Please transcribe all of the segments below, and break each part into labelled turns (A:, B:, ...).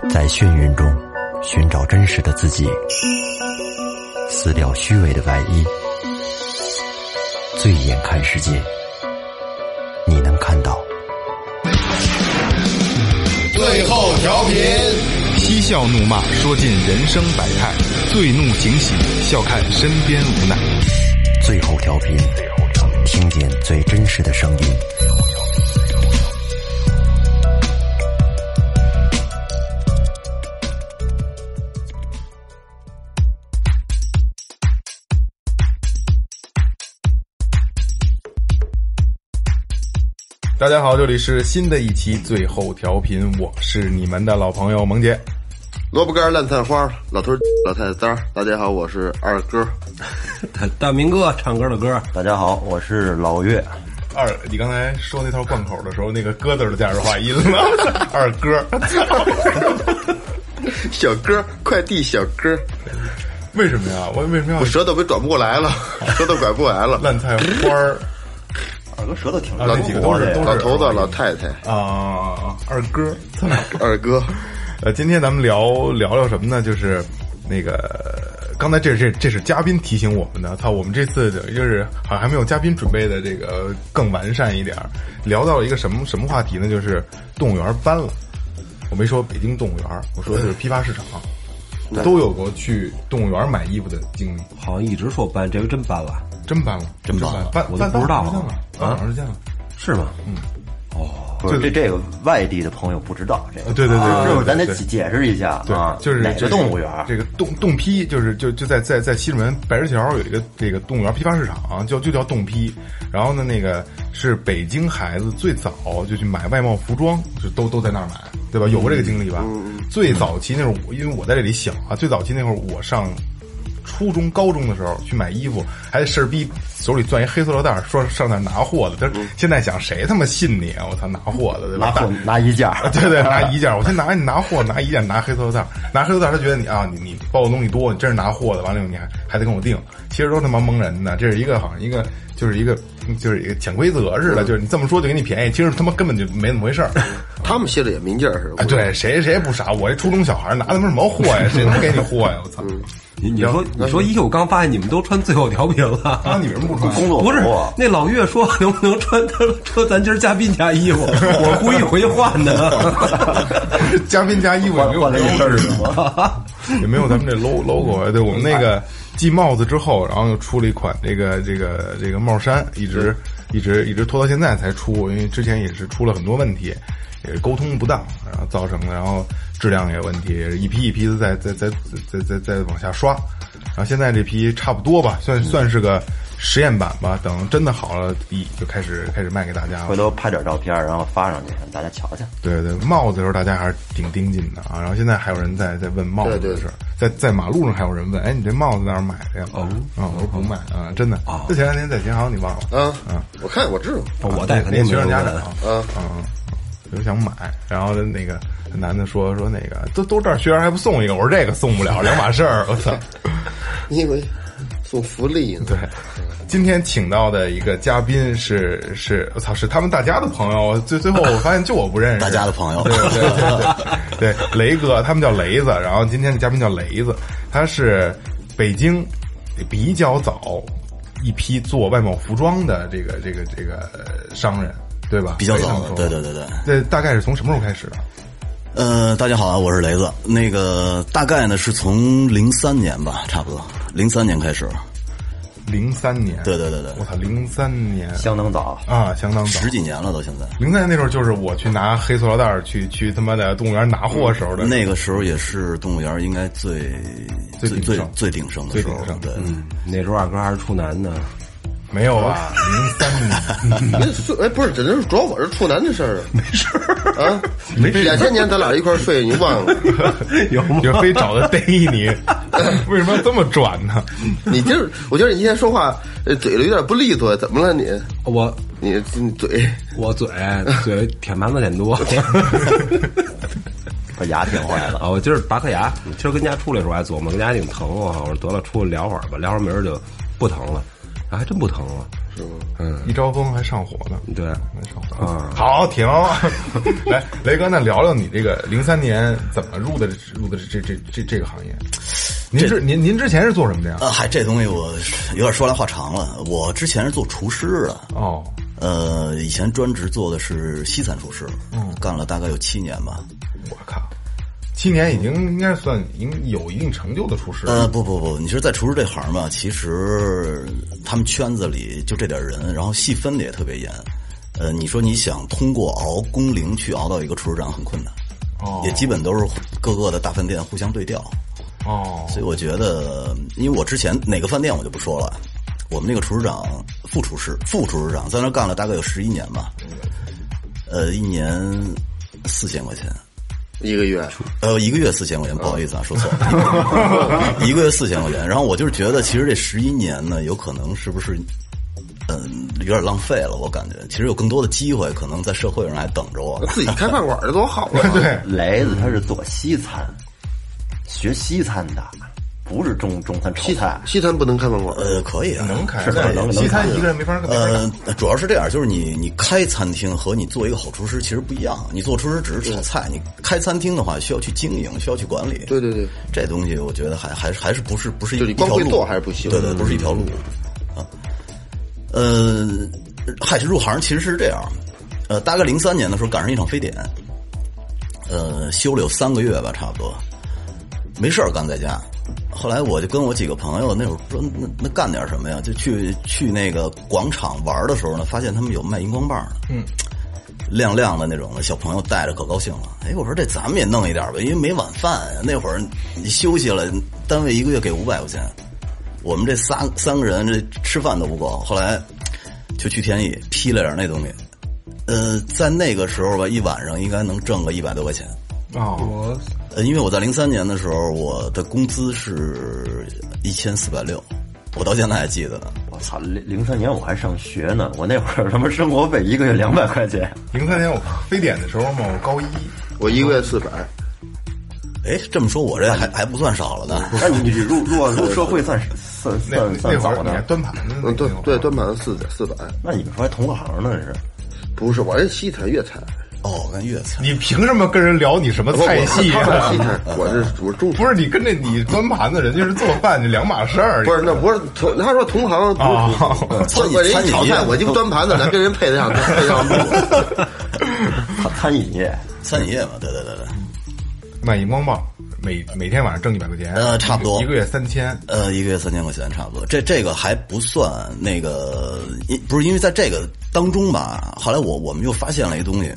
A: 在眩晕中寻找真实的自己，撕掉虚伪的外衣，醉眼看世界，你能看到。
B: 最后调频，
C: 嬉笑怒骂，说尽人生百态，醉怒行喜，笑看身边无奈。
A: 最后调频，听见最真实的声音。
C: 大家好，这里是新的一期最后调频，我是你们的老朋友萌姐。
B: 萝卜干烂菜花，老头老太太簪。大家好，我是二哥。
D: 大明哥唱歌的歌。
A: 大家好，我是老岳。
C: 你刚才说那套贯口的时候，那个歌字的加入化音了。二哥，
B: 小哥，快递小哥。
C: 为什么呀？为什么要？
B: 我舌头被转不过来了，舌头拐不过来了。
C: 烂菜花儿。
A: 二哥舌头挺
C: 那几个都是
B: 老头子老太太
C: 啊，二哥，
B: 二哥。
C: 今天咱们聊什么呢？就是那个刚才这是嘉宾提醒我们的，我们这次就是好像还没有嘉宾准备的这个更完善一点。聊到了一个什么话题呢？就是动物园搬了。我没说北京动物园，我说的是批发市场。都有过去动物园买衣服的经历。
D: 好像一直说搬，这回真搬了。
C: 真搬了，
D: 我都不知道
C: 啊，时间了，
D: 是吗？
A: 不是这个外地的朋友不知道这个，
C: 对，
A: 这会咱得解释一下啊，
C: 就是
A: 哪个动物园？
C: 这个冻批就在西直门白石桥有一个这个动物园批发市场，就叫冻批。然后呢，那个是北京孩子最早就去买外贸服装，就都在那儿买，对吧？有过这个经历吧？最早期那会儿，因为我在这里小啊，最早期那会儿我上初中、高中的时候去买衣服，还得事儿逼手里攥一黑塑料袋，说上那拿货的。他现在想谁他妈信你啊？我操，拿货的对吧？
A: 拿一件，
C: 对，拿一件。我先拿货，拿一件，拿黑塑料袋，拿黑塑料袋，他觉得你包的东西多，你真是拿货的。完了以后你还得跟我定，其实都他妈蒙人的。这是一个好像一个潜规则似的，就是你这么说就给你便宜，其实他妈根本就没那么回事儿。
B: 他们心里也明镜似的。
C: 对，谁也不傻。我这初中小孩拿他妈什么货呀？谁他妈给你货呀？我操！
D: 你说衣服，我刚发现你们都穿最后调频了。
C: 你为什么不穿？
A: 工作服
D: 不是那老岳说能不能穿？他说咱今儿嘉宾加衣服，我故意回去换的。
C: 嘉宾加衣服也没有
A: 换了一身是吗？
C: 也没有咱们这 logo 啊。对，我们那个继帽子之后，然后又出了一款这个帽衫，一直拖到现在才出，因为之前也是出了很多问题，也是沟通不当，然后造成的，然后质量也有问题，一批一批的再往下刷，然后现在这批差不多吧，算是个实验版吧，等真的好了就开始卖给大家了。
A: 回头拍点照片，然后发上去让大家瞧瞧。对，
C: 帽子的时候大家还是挺盯紧的啊，然后现在还有人在问帽子的事儿，在马路上还有人问，你这帽子在哪儿买的呀？我说不卖啊，真的。这前两天在建行你忘了？
B: 我看我知道，
D: 我带肯定
C: 学生家长就想买，然后那个男的说那个都这儿学员还不送一个，我说这个送不了，两码事儿，我操！
B: 因为送福利呢。
C: 对，今天请到的一个嘉宾是我操，是他们大家的朋友，最后我发现就我不认识
A: 大家的朋友，
C: 对，雷哥，他们叫雷子，然后今天的嘉宾叫雷子，他是北京比较早一批做外贸服装的这个商人。对吧？
E: 比较早的，对。
C: 这大概是从什么时候开始的？
E: 大家好啊，我是雷子。那个大概呢是从03年吧，差不多03年开始。
C: 03年，
E: 对。
C: 我操，03年
A: 相当早
C: 啊，相当早
E: ，10几年了都现在。
C: 03年那时候就是我去拿黑塑料袋去他妈的动物园拿货时候的。
E: 那个时候也是动物园应该最鼎盛的时候。对，
D: 那时候二哥还是处男呢。
C: 没有啊，03
B: 年。不是，这主要我是处男的事儿。
C: 没事儿
B: 啊，2000年咱俩一块睡，你忘了？
C: 有吗？就非找他逮你，为什么要这么转呢？
B: 我觉得你今天说话嘴里有点不利索，怎么了你？你嘴，
D: 我嘴舔盘子舔多。
A: 把牙挺坏了
D: 啊！我今儿拔颗牙，今儿跟家出来的时候还琢磨，跟家挺疼啊。我说得了，出来聊会儿吧，聊会儿明儿就不疼了。还真不疼了，
B: 是吗？
C: 一招风还上火呢。
D: 对，
C: 上火。好，停。来，雷哥，那聊聊你这个03年怎么入的这个行业？您之前是做什么的呀？
E: 嗨，这东西我有点说来话长了。我之前是做厨师的。
C: 哦。
E: 以前专职做的是西餐厨师，干了大概有7年吧。
C: 我靠，7年已经应该算有一定成就的厨师。
E: 不，你说在厨师这行吧，其实他们圈子里就这点人，然后细分的也特别严。你说你想通过熬工龄去熬到一个厨师长很困难，也基本都是各个的大饭店互相对调。所以我觉得，因为我之前哪个饭店我就不说了。我们那个厨师长、副厨师长在那干了大概有11年吧，一年4000块钱，
B: 一个月
E: ，1个月4000块钱，不好意思啊，说错了，1个月4000块钱。然后我就是觉得，其实这11年呢，有可能是不是，有点浪费了。我感觉其实有更多的机会，可能在社会上还等着我。
B: 自己开饭馆的多好啊！
C: 对，
A: 雷子他是做西餐，学西餐的。不是中餐炒菜，
B: 西餐不能开饭馆。
E: 可以啊，
C: 能开，
A: 是能
C: 西餐一个人没法干。
E: 主要是这样，就是你开餐厅和你做一个好厨师其实不一样。你做厨师只是炒菜，你开餐厅的话需要去经营，需要去管理。
B: 对，
E: 这东西我觉得还是不是
B: 就你光会做还是不行。
E: 对，不是一条路啊。入行其实是这样，大概03年的时候赶上一场非典，休了有3个月吧，差不多，没事儿干在家。后来我就跟我几个朋友那会儿说，那干点什么呀？就去那个广场玩的时候呢，发现他们有卖荧光棒的，亮亮的那种的，小朋友带着可高兴了。我说这咱们也弄一点吧，因为没晚饭呀。那会儿你休息了，单位1个月给500块钱，我们这三个人这吃饭都不够。后来就去田野批了点那东西，在那个时候吧，一晚上应该能挣个100多块钱。因为我在03年的时候，我的工资是1460，我到现在还记得呢。
A: 我操，03年我还上学呢，我那会儿他妈生活费1个月200块钱。
C: 03年我非典的时候嘛，我高1，
B: 我1个月400。
E: 这么说我这还不算少了呢。
A: 那你入社会算
C: 早呢？端盘子，
B: 对，端盘子400。
A: 那你们说还同个行呢？是？
B: 不是，我这西餐粤菜。
E: 干粤菜，
C: 你凭什么跟人聊你什么菜系啊？
B: 我中
C: 不是你跟着你端盘子，人家是做饭，这两码事儿。
B: 不是，那不是他说同行不是餐饮炒菜，我就端盘子来跟人配得上路。
A: 餐饮业
E: 嘛，对。
C: 卖荧光棒，每天晚上挣100块钱，
E: 差不多
C: 1个月3000，
E: 一个月3000块钱差不多。这个还不算那个，不是因为在这个当中吧，后来我们又发现了一东西。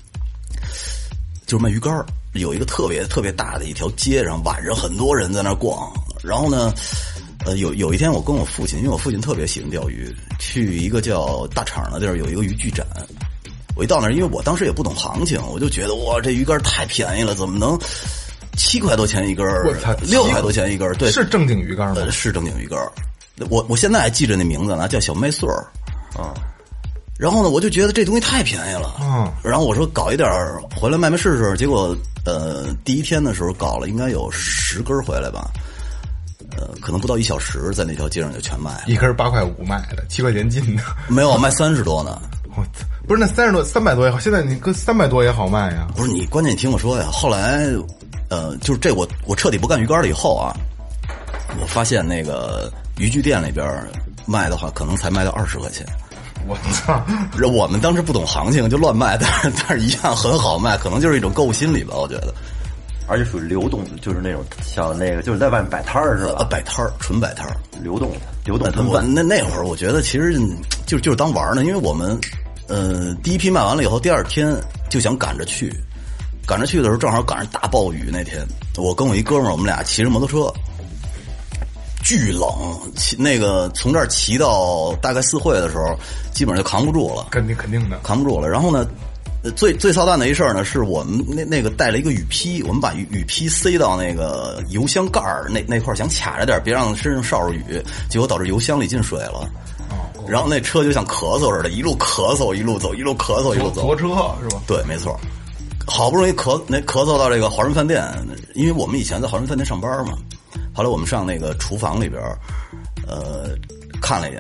E: 就是卖鱼竿，有一个特别大的一条街上，晚上很多人在那逛。然后呢，有一天我跟我父亲，因为我父亲特别喜欢钓鱼，去一个叫大厂的地儿有一个渔具展。我一到那儿，因为我当时也不懂行情，我就觉得哇，这鱼竿太便宜了，怎么能7块多钱一根，6块多钱一根？对，
C: 是正经鱼竿吗？
E: 是正经鱼竿。我现在还记着那名字呢，叫小麦穗儿啊。然后呢，我就觉得这东西太便宜了，然后我说搞一点回来卖试试，结果第一天的时候搞了应该有10根回来吧，可能不到1小时，在那条街上就全卖了，
C: 一根8块5卖的，7块钱斤的，
E: 没有卖30多呢。
C: 不是那30多300多也好，现在你搁300多也好卖呀。
E: 不是你关键你听我说呀，后来就是这我彻底不干鱼竿了以后啊，我发现那个渔具店里边卖的话，可能才卖到20块钱。
C: 我操！
E: 我们当时不懂行情就乱卖，但是一样很好卖，可能就是一种购物心理吧，我觉得。
A: 而且属于流动，就是那种像那个就是在外面摆摊儿是吧？
E: 摆摊儿，纯摆摊儿，
A: 流动摊贩。
E: 那会儿我觉得其实就是当玩呢，因为我们第一批卖完了以后，第2天就想赶着去的时候正好赶上大暴雨那天，我跟我一哥们儿，我们俩骑着摩托车。巨冷，那个从这儿骑到大概4会的时候，基本上就扛不住了。
C: 肯定的，
E: 扛不住了。然后呢，最操蛋的一事儿呢，是我们那个带了一个雨披，我们把雨披塞到那个油箱盖儿那块儿，想卡着点，别让身上捎着雨，结果导致油箱里进水了。然后那车就像咳嗽似的，一路咳嗽一路走，一路咳嗽一路走。
C: 坐车是吧？
E: 对，没错。好不容易咳嗽到这个华润饭店，因为我们以前在华润饭店上班嘛。后来我们上那个厨房里边，看了一眼，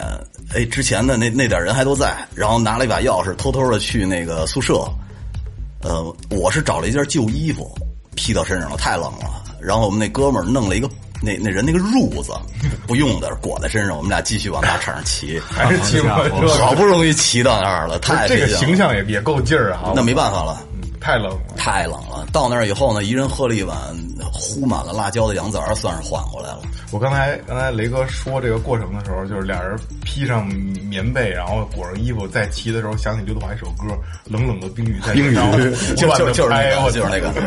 E: 之前的那点人还都在，然后拿了一把钥匙，偷偷的去那个宿舍。我是找了一件旧衣服披到身上了，太冷了。然后我们那哥们儿弄了一个那人那个褥子不用的裹在身上，我们俩继续往大场上骑，
C: 还是骑摩托车，
E: 好不容易骑到那儿了，太
C: 这个形象也够劲儿啊！
E: 那没办法了，
C: 太冷了，
E: 太冷了。到那儿以后呢，一人喝了一碗糊满了辣椒的羊杂，算是缓过来了。
C: 我刚才雷哥说这个过程的时候，就是俩人披上棉被，然后裹上衣服，在骑的时候想起刘德华一首歌《冷冷的冰雨在身上》，
E: 就是那个。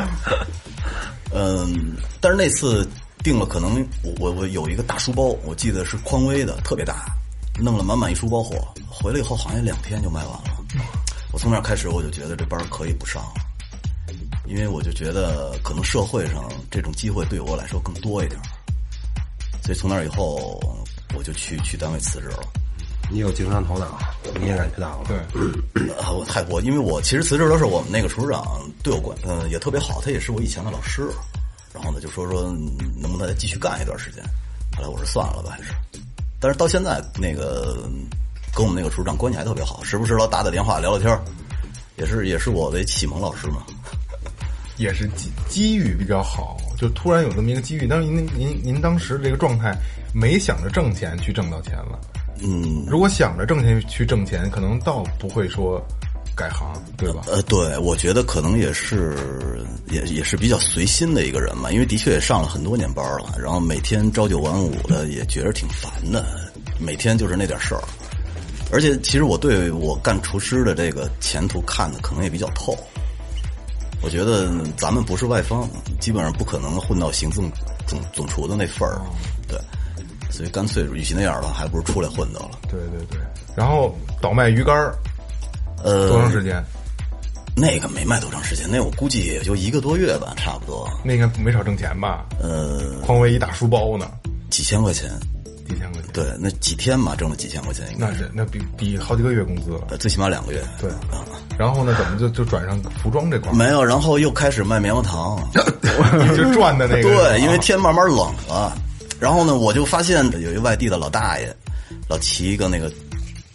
E: 但是那次订了，可能我有一个大书包，我记得是匡威的，特别大，弄了满满一书包货，回来以后好像2天就卖完了。我从那开始我就觉得这班可以不上了，因为我就觉得可能社会上这种机会对我来说更多一点，所以从那以后我就去单位辞职了。
D: 你有经商头脑，你也敢去当了？
C: 对，
E: 因为我其实辞职的时候，我们那个厨师长对我也特别好，他也是我以前的老师。然后呢，就说能不能再继续干一段时间。后来我说算了吧，还是。但是到现在那个跟我们那个厨师长关系还特别好，时不时老打电话聊聊天，也是我的启蒙老师嘛。
C: 也是机遇比较好，就突然有这么一个机遇。但是您当时这个状态，没想着挣钱去挣到钱了。如果想着挣钱去挣钱，可能倒不会说改行，对吧？
E: 对，我觉得可能也是比较随心的一个人嘛，因为的确也上了很多年班了，然后每天朝9晚5的，也觉得挺烦的，每天就是那点事儿。而且其实我对我干厨师的这个前途看的可能也比较透。我觉得咱们不是外方，基本上不可能混到行政总厨的那份儿，对。所以干脆与其那样的话，还不如出来混到了。
C: 对。然后倒卖鱼竿多长时间？
E: 那个没卖多长时间，那我估计也就1个多月吧，差不多。
C: 那应该没少挣钱吧？匡威一大书包呢，
E: 几千块钱。
C: 几千块钱？
E: 对，那几天嘛，挣了几千块钱应该。
C: 那比好几个月工资了。
E: 最起码2个月。
C: 对啊。然后呢，怎么就转上服装这块？
E: 没有，然后又开始卖棉花糖，
C: 就赚的那个。
E: 对，因为天慢慢冷了。然后呢，我就发现有一外地的老大爷，老骑一个那个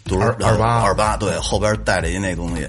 E: 228，对，后边带着一那东西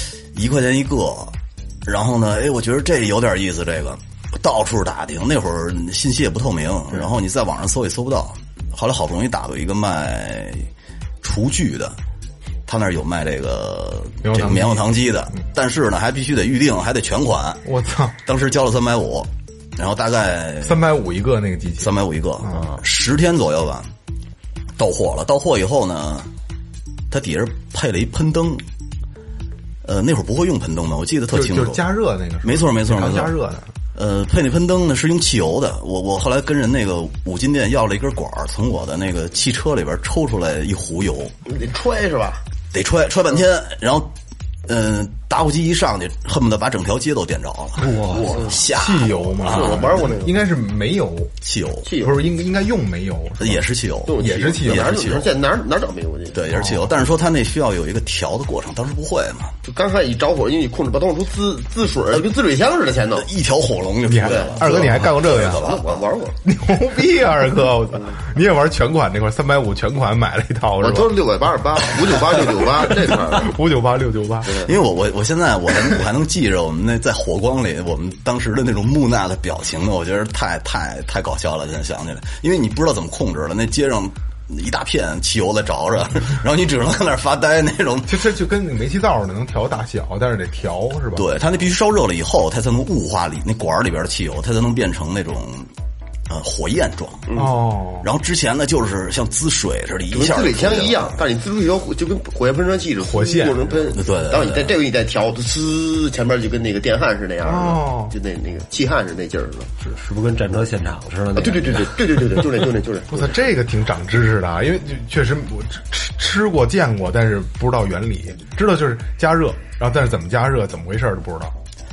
E: ，1块钱一个。然后呢，我觉得这有点意思，这个到处打听，那会儿信息也不透明，然后你在网上搜也搜不到。后来好不容易打到一个卖厨具的，他那儿有卖这个棉花糖机的，但是呢还必须得预定，还得全款。
C: 我操！
E: 当时交了350。然后大概
C: 350一个那个机器
E: ，350一个，10天左右吧，到货了。到货以后呢，它底下配了一喷灯。那会儿不会用喷灯的，我记得特清楚，
C: 就是加热那个。
E: 没错，
C: 加热的。
E: 配那喷灯呢是用汽油的。我后来跟人那个五金店要了一根管，从我的那个汽车里边抽出来一壶油。
B: 你得揣是吧？
E: 得揣半天，然后。打火机一上去，恨不得把整条街都点着了。
C: 哇，
E: 汽
C: 油嘛，
B: 我玩过那个，
C: 应该是煤油，
E: 汽油
C: 不是应该用煤油，
E: 也是汽油，
B: 也是汽油。哪找煤油去？
E: 对，也是汽油。但是说它那需要有一个调的过程，当时不会嘛。
B: 就刚开始一着火，因为你控制把灯出滋水，跟滋水枪似的，前头
E: 一条火龙就出来了。
C: 二哥，你还干过这个呀？
B: 我玩过，
C: 牛逼啊！二哥，你也玩全款这块，350全款买了一套，
B: 我都是688、598、698这块
C: ，598、698。
E: 因为我现在我还能记着我们那在火光里我们当时的那种木讷的表情呢，我觉得太搞笑了。现在想起来，因为你不知道怎么控制了，那街上一大片汽油在着着，然后你只能在那儿发呆那种。
C: 这就跟那煤气灶的能调大小，但是得调是吧？
E: 对，它那必须烧热了以后，它才能雾化里那管里边的汽油，它才能变成那种火焰状。
C: 哦。
E: 然后之前呢，就是像滋水似的，一下
B: 跟滋水枪一样，但是你滋出去就跟火焰喷射器似的，
C: 火线
B: 过程喷。
E: 对。
B: 然后你在这个你再调，前边就跟那个电焊是那样的，就那个气焊是那劲儿的。
D: 是不是跟战车现场似的？
B: 对，就那。
C: 我操，这个挺长知识的啊！因为确实我吃过见过，但是不知道原理，知道就是加热，然后但是怎么加热、怎么回事都不知道。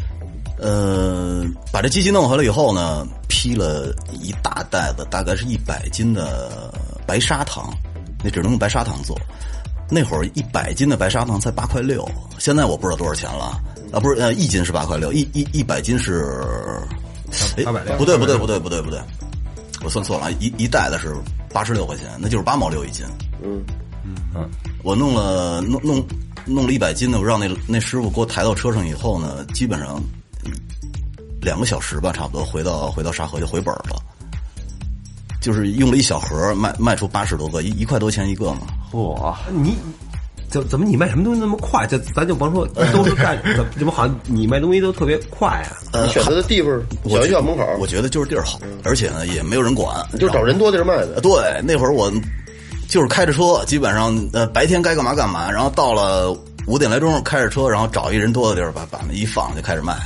E: 把这机器弄回来以后呢，批了一大袋子，大概是100斤的白砂糖，那只能用白砂糖做。那会儿100斤的白砂糖才8块6，现在我不知道多少钱了啊！不是，1斤是8块6，100斤是
C: 860。
E: 不对，我算错了，一袋子是86块钱，那就是8毛6一斤。 我弄了100斤的，我让那师傅给我抬到车上以后呢，基本上2个小时吧，差不多回到沙河就回本了。就是用了1小盒卖出80多个，1块多钱一个嘛。
D: 哇，你怎么你卖什么东西那么快？咱就甭说都是干怎么好像你卖东西都特别快啊？
B: 选择的地方小学校门口，
E: 我觉得就是地儿好，而且呢也没有人管，
B: 就找人多地儿卖的。
E: 对，那会儿我就是开着车，基本上白天该干嘛干嘛，然后到了5点来钟开着车，然后找一人多的地儿，把那一放就开始卖。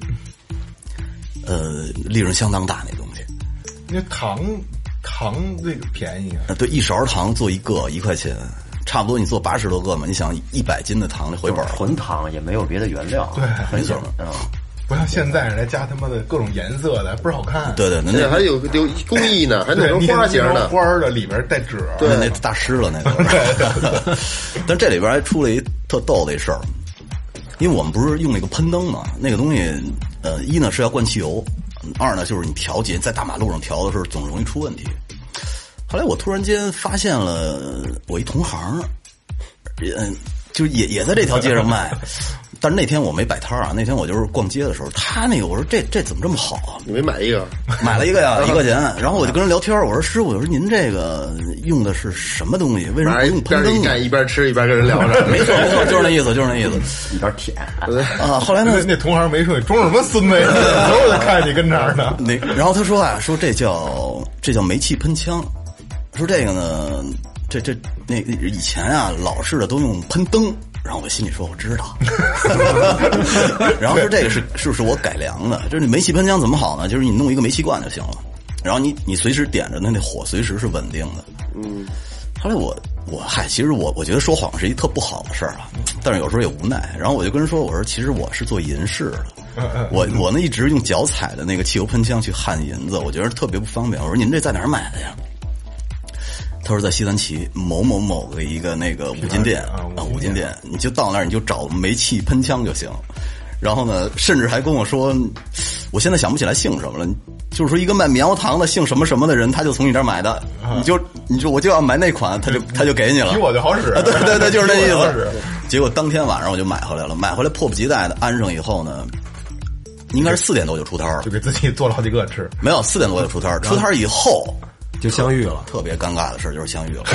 E: 利润相当大那东西。
C: 因为糖这个便宜啊。
E: 对，一勺糖做1个1块钱，差不多你做80多个嘛，你想100斤的糖就回本了。
F: 纯糖也没有别的原料，
C: 对，
E: 没错。
C: 不像现在来加他妈的各种颜色的，倍儿好看。
E: 对，
B: 那还有工艺呢，还弄成花型的，
C: 花的里边带褶。
E: 对，那大师了那个。但这里边还出了一特逗的一事儿，因为我们不是用那个喷灯嘛，那个东西，一呢是要灌汽油，2呢就是你调节在大马路上调的时候总容易出问题。后来我突然间发现了我一同行，就也在这条街上卖。但是那天我没摆摊啊，那天我就是逛街的时候，他那个我说这怎么这么好啊？
B: 你没买一个？
E: 买了一个呀，1块钱。然后我就跟人聊天，我说师傅，我说您这个用的是什么东西？为什么不用喷灯呢？
B: 一边吃一边跟人聊着。
E: 没错，就是那意思，
F: 一边舔
E: 啊。后来呢，
C: 那同行没说你装什么孙子呀，所有的看你跟这儿呢。
E: 然后他说啊，说这叫煤气喷枪，说这个呢，那以前啊老式的都用喷灯。然后我心里说我知道，然后说这个是我改良的，就是煤气喷枪怎么好呢？就是你弄一个煤气罐就行了，然后你随时点着那火随时是稳定的。后来其实我觉得说谎是一特不好的事儿啊，但是有时候也无奈。然后我就跟人说，我说其实我是做银饰的，我呢一直用脚踩的那个汽油喷枪去焊银子，我觉得特别不方便。我说您这在哪儿买的呀？他说在西三旗某个一个那个五金店五金店，你就到那儿你就找煤气喷枪就行。然后呢，甚至还跟我说，我现在想不起来姓什么了，就是说一个卖棉花糖的姓什么什么的人，他就从你这儿买的，你就我就要买那款，他就给你了，
C: 比我就好使。
E: 对，就是那意思。结果当天晚上我就买回来了，买回来迫不及待的安上以后呢，应该是4点多就出摊了，
C: 就给自己做了好几个吃。
E: 没有，4点多就出摊，出摊以后。
D: 就相遇了，
E: 特别尴尬的事就是相遇了。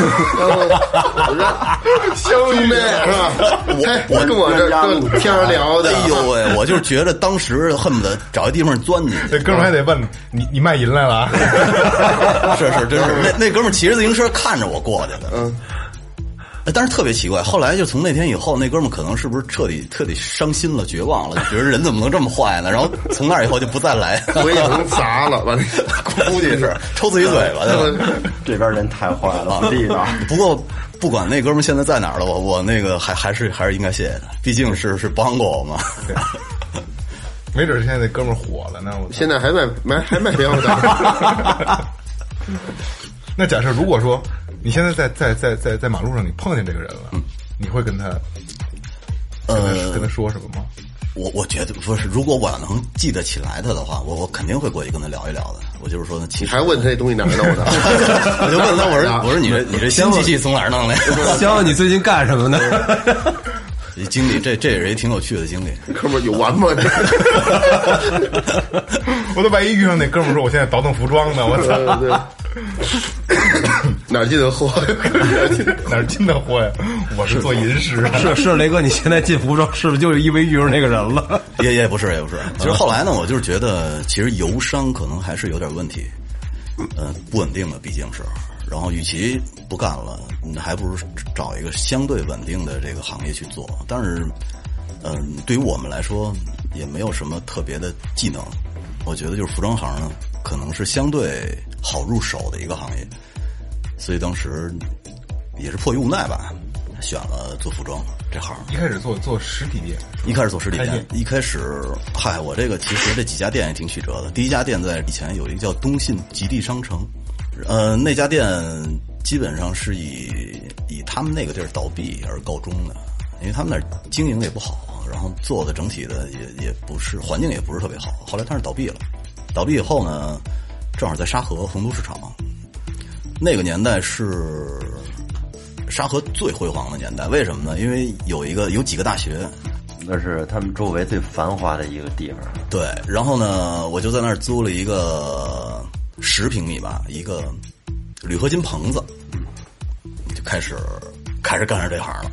B: 相遇是吧？我跟我这天上聊的，
E: 哎呦喂！我就是觉得当时恨不得找一地方钻进去。
C: 那哥们还得问你卖淫来了？
E: 是，真是那哥们骑着自行车看着我过去的。但是特别奇怪，后来就从那天以后，那哥们可能是不是彻底伤心了、绝望了，觉得人怎么能这么坏呢？然后从那以后就不再来，
B: 回去能砸了吧？
E: 估计是抽自己嘴巴去了。
F: 这边人太坏了，地道。
E: 不过不管那哥们现在在哪儿了，我那个还是应该谢谢他，毕竟是帮过我嘛。
C: 没准现在那哥们火了呢。
B: 现在还卖棉花糖。
C: 那假设如果说你现在在马路上你碰见这个人了，你会跟他跟他说什么吗？
E: 我觉得不是，如果我能记得起来他的话，我肯定会过去跟他聊一聊的。我就是说呢，其实
B: 还问他这东西哪儿弄的，
E: 我就问他，我说你这新机器从哪儿弄的？
D: 先问你最近干什么呢？
E: 经历这也是一挺有趣的经历。
B: 哥们儿有完吗？
C: 我都万一遇上那哥们儿说我现在倒腾服装呢，我操！
B: 哪儿进的货？
C: 哪儿进的货呀？我是做银饰。
D: 是雷哥，你现在进服装是不是就是因为遇上那个人了？
E: 也不是。其实后来呢，我就是觉得，其实油商可能还是有点问题，不稳定的毕竟是。然后，与其不干了，还不如找一个相对稳定的这个行业去做。但是，对于我们来说，也没有什么特别的技能。我觉得就是服装行呢，可能是相对好入手的一个行业，所以当时也是迫于无奈吧，选了做服装这行。
C: 一开始做实体店，
E: 一开始做实体店，一开始我这个其实这几家店也挺曲折的。第一家店在以前有一个叫东信极地商城。那家店基本上是以他们那个地儿倒闭而告终的，因为他们那儿经营也不好，然后做的整体的也不是环境也不是特别好。后来他是倒闭了，倒闭以后呢，正好在沙河洪都市场，那个年代是沙河最辉煌的年代。为什么呢？因为有几个大学，
F: 那是他们周围最繁华的一个地方。
E: 对，然后呢，我就在那儿租了一个10平米吧，一个铝合金棚子，就开始干上这行了，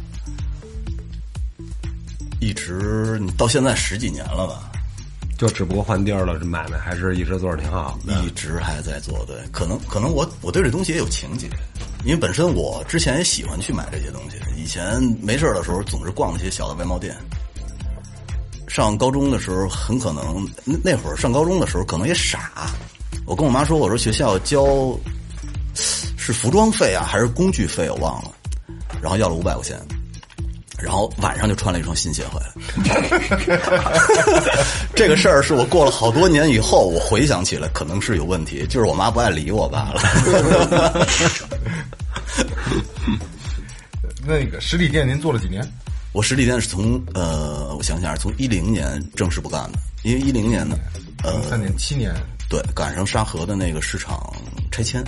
E: 一直到现在10几年了吧。
D: 就只不过换地儿了，这买卖还是一直做着挺好的，
E: 一直还在做。对，可能我对这东西也有情节，因为本身我之前也喜欢去买这些东西。以前没事的时候总是逛那些小的外贸店。上高中的时候很可能那会儿上高中的时候可能也傻，我跟我妈说，我说学校交是服装费啊还是工具费我忘了，然后要了500块钱。然后晚上就穿了一双新鞋回来。这个事儿是我过了好多年以后，我回想起来可能是有问题，就是我妈不爱理我罢了。
C: 那个实体店您做了几年？
E: 我实体店是从我想想，从10年正式不干的，因为10年呢
C: ，3年7年，
E: 对，赶上沙河的那个市场拆迁，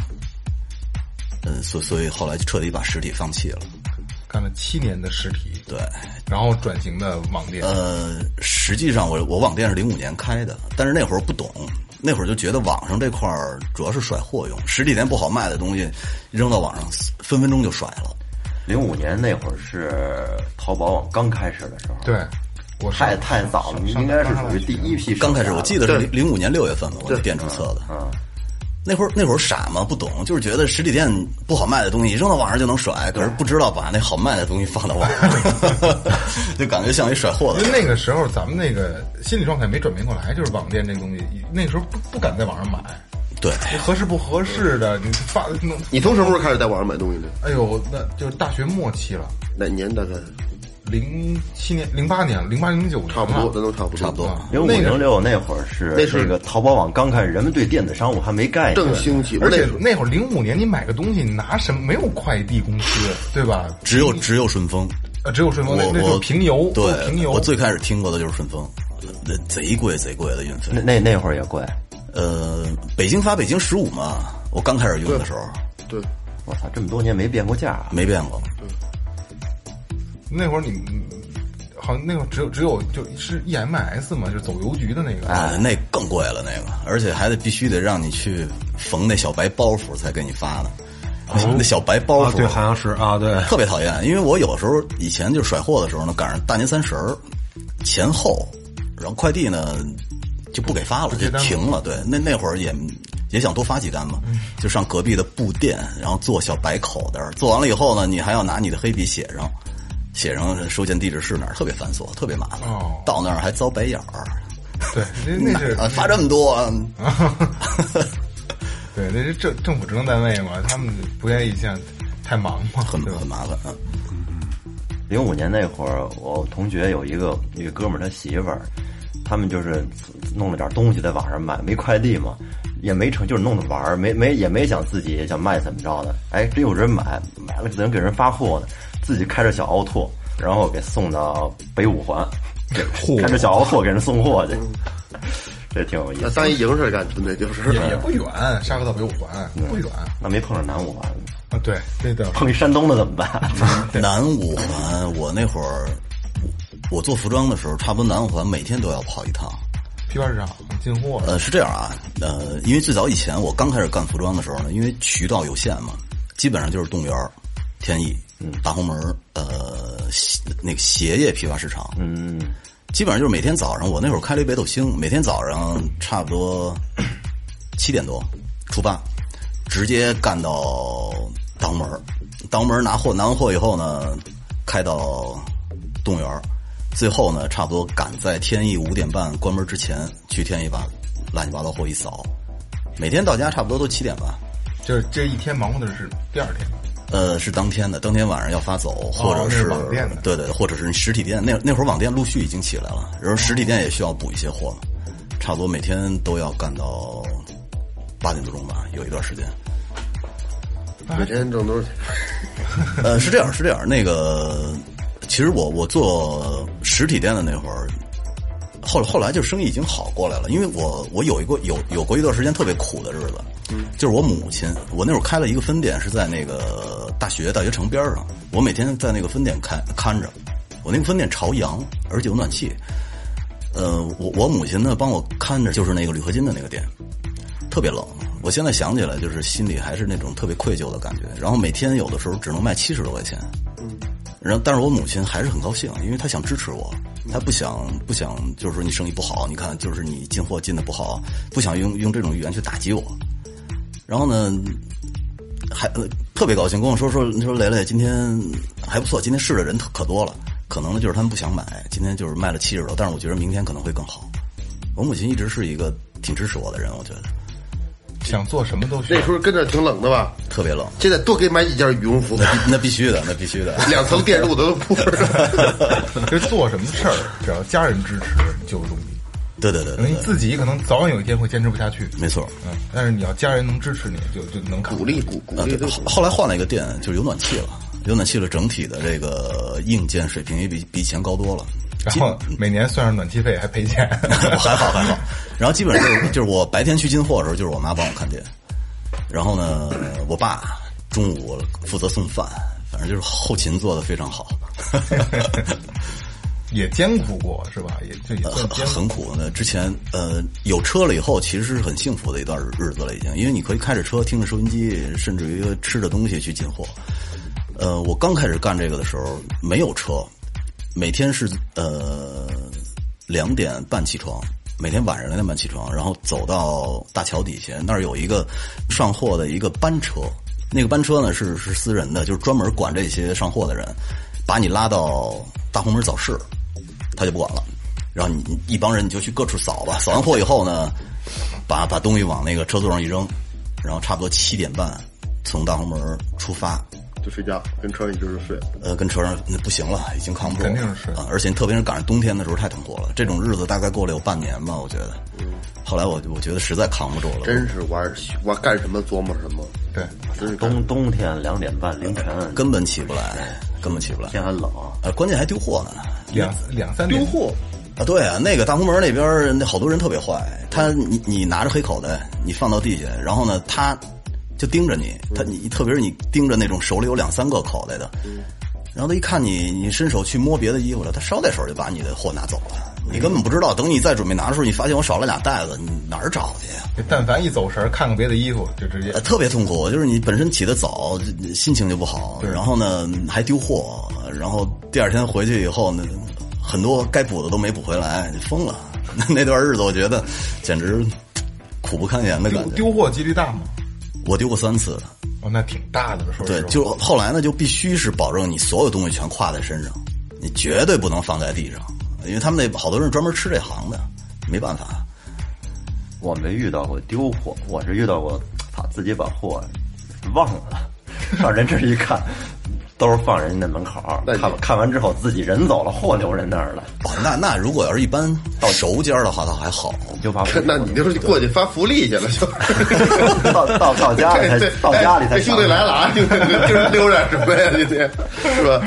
E: 所以后来就彻底把实体放弃了。
C: 干了7年的实体，
E: 对，
C: 然后转型的网店。
E: 实际上我网店是05年开的，但是那会儿不懂，那会儿就觉得网上这块儿主要是甩货用，实体店不好卖的东西扔到网上分分钟就甩了。
F: 05年那会儿是淘宝网刚开始的时候，
C: 对，我
F: 太早了，应该是属于第一批。
E: 刚开始我记得是05年6月份吧，我的店注册的。那会儿傻嘛，不懂，就是觉得实体店不好卖的东西扔到网上就能甩，可是不知道把那好卖的东西放到网上，就感觉像一甩货的。
C: 因为那个时候咱们那个心理状态没转变过来，就是网店这个东西，那个时候不敢在网上买。
E: 对，
C: 合适不合适的，
B: 你从什么时候开始在网上买东西的？
C: 哎呦，那就是大学末期了。
B: 哪年大概
C: ？07年、08年、08、09，
B: 差不多，那都差不多。
F: 05、06那会儿是这个淘宝网刚开始，人们对电子商务还没概念，
B: 正兴起。
C: 而且那会儿05年，你买个东西，你拿什么？没有快递公司，对吧？
E: 只有顺丰。
C: 只有顺丰，那就是平邮。
E: 对，
C: 平邮。
E: 我最开始听过的就是顺丰，贼贵的运费。
F: 那会儿也贵。
E: 北京发北京15嘛，我刚开始用的时候。
B: 对。
F: 我操，这么多年没变过价。
E: 没变过。
C: 那会儿你好像那会儿只有就是 EMS 嘛，就是走邮局的那个。
E: 那更贵了那个，而且还必须得让你去缝那小白包袱才给你发呢。那小白包袱，
D: 对，好像是啊，对，
E: 特别讨厌。因为我有时候以前就甩货的时候呢，赶上大年30前后，然后快递呢就不给发了，就停了。对，那会儿也想多发几单嘛，就上隔壁的布店，然后做小白口袋，做完了以后呢，你还要拿你的黑笔写上收件地址是哪儿，特别繁琐，特别麻烦。到那儿还遭白眼儿。
C: 对，那是
E: 发这么多。
C: 对，那是政府职能单位嘛，他们不愿意像太忙嘛，
E: 很麻烦啊。
F: 05年那会儿，我同学有一个哥们儿，他媳妇儿，他们就是弄了点东西在网上买，没快递嘛，也没成，就是弄着玩儿，也没想自己想卖怎么着的。哎，真有人买了，等给人发货呢，自己开着小奥拓，然后给送到北五环，开着小奥拓给人送货去。这挺有意思。
B: 那当一营事干，纯粹就是
C: 也不远，沙河到北五环不远。
F: 那没碰上南五环
C: 啊？对，对的。
F: 碰一山东的怎么办？
E: 南五环，我那会儿我做服装的时候，差不多南五环每天都要跑一趟。
C: 批发市场进货。
E: 是这样啊，因为最早以前我刚开始干服装的时候呢，因为渠道有限嘛，基本上就是动物园、天意、大红门，那个鞋业批发市场，基本上就是每天早上，我那会儿开了一北斗星，每天早上差不多7点多出发，直接干到大红门，大红门拿完货以后呢，开到动物园，最后呢，差不多赶在天意5点半关门之前去天意把乱七八糟货一扫，每天到家差不多都7点吧。
C: 就是这一天忙活的是第二天。
E: 是当天的，当天晚上要发走，或者是
C: 网店的，
E: 对，或者是实体店。那会儿网店陆续已经起来了，然后实体店也需要补一些货，差不多每天都要干到8点多钟吧，有一段时间。
B: 每天挣多少
E: 钱？是这样，那个其实我做实体店的那会儿， 后来就生意已经好过来了，因为我有过一段时间特别苦的日子，就是我母亲，我那会儿开了一个分店，是在那个大学城边上，我每天在那个分店看着，我那个分店朝阳，而且有暖气，我母亲呢帮我看着，就是那个铝合金的那个店，特别冷，我现在想起来就是心里还是那种特别愧疚的感觉，然后每天有的时候只能卖70多块钱，然后但是我母亲还是很高兴，因为她想支持我。他不想，就是说你生意不好，你看就是你进货进的不好，不想用这种语言去打击我。然后呢，还特别高兴，跟我说雷雷今天还不错，今天试的人可多了，可能呢就是他们不想买，今天就是卖了70多，但是我觉得明天可能会更好。我母亲一直是一个挺支持我的人，我觉得。
C: 想做什么都行。
B: 那时候跟着挺冷的吧？
E: 特别冷。
B: 现在多给买几件羽绒服。
E: 那必须的2层电褥都铺着。
C: 这做什么事儿，只要家人支持，就有动力。
E: 对。
C: 你自己可能早晚有一天会坚持不下去。
E: 没错。
C: 但是你要家人能支持你，就能
B: 鼓励。
E: 后来换了一个店，就有暖气了，整体的这个硬件水平也比以前高多了。
C: 然后每年算上暖气费还赔钱，
E: 还好。然后基本上就是我白天去进货的时候，就是我妈帮我看店，然后呢，我爸中午负责送饭，反正就是后勤做得非常好。
C: 也艰苦过是吧？也
E: 很苦呢。之前有车了以后，其实是很幸福的一段日子了，已经，因为你可以开着车听着收音机，甚至于吃着东西去进货。我刚开始干这个的时候没有车。每天是2点半起床，每天晚上2点半起床，然后走到大桥底下，那儿有一个上货的一个班车，那个班车呢是私人的，就是专门管这些上货的人，把你拉到大红门早市，他就不管了，然后你一帮人你就去各处扫吧，扫完货以后呢，把东西往那个车座上一扔，然后差不多7点半从大红门出发。
B: 就睡觉，跟车上一直就睡。
E: 跟车上那不行了，已经扛不住了。
C: 肯定是
E: 而且特别是赶上冬天的时候太痛苦了。这种日子大概过了有半年吧，我觉得。后来我觉得实在扛不住了。
B: 真是我干什么琢磨什么。
C: 对，
F: 真是冬天2点半凌晨
E: 根本起不来。
F: 天还冷。
E: 关键还丢货呢。
C: 两三点
B: 丢货。
E: 对啊，那个大红门那边那好多人特别坏，你拿着黑口袋，你放到地下，然后呢他就盯着你，你特别是你盯着那种手里有2-3个口袋的，然后他一看你伸手去摸别的衣服了，他捎带手就把你的货拿走了，你根本不知道，等你再准备拿的时候，你发现我少了2袋子，你哪儿找去呀？
C: 但凡一走神，看看别的衣服就直接
E: 特别痛苦，就是你本身起得早，心情就不好，然后呢还丢货，然后第2天回去以后呢，很多该补的都没补回来，就疯了。那段日子我觉得简直苦不堪言的感觉。
C: 丢货几率大吗？
E: 我丢过3次。
C: 那挺大的，说
E: 对，就后来呢，就必须是保证你所有东西全挎在身上，你绝对不能放在地上，因为他们那好多人专门吃这行的，没办法。
F: 我没遇到过丢货，我是遇到过自己把货忘了，上人这一看，都是放人家那门口，看完之后自己人走了，货留人那儿了。
E: 那如果要是一般到熟家的话，倒还好，
F: 就把
B: 那你就是过去发福利去了，就
F: 到家里才到家里才
B: 兄弟来了啊，就是溜着什么呀？今天是吧？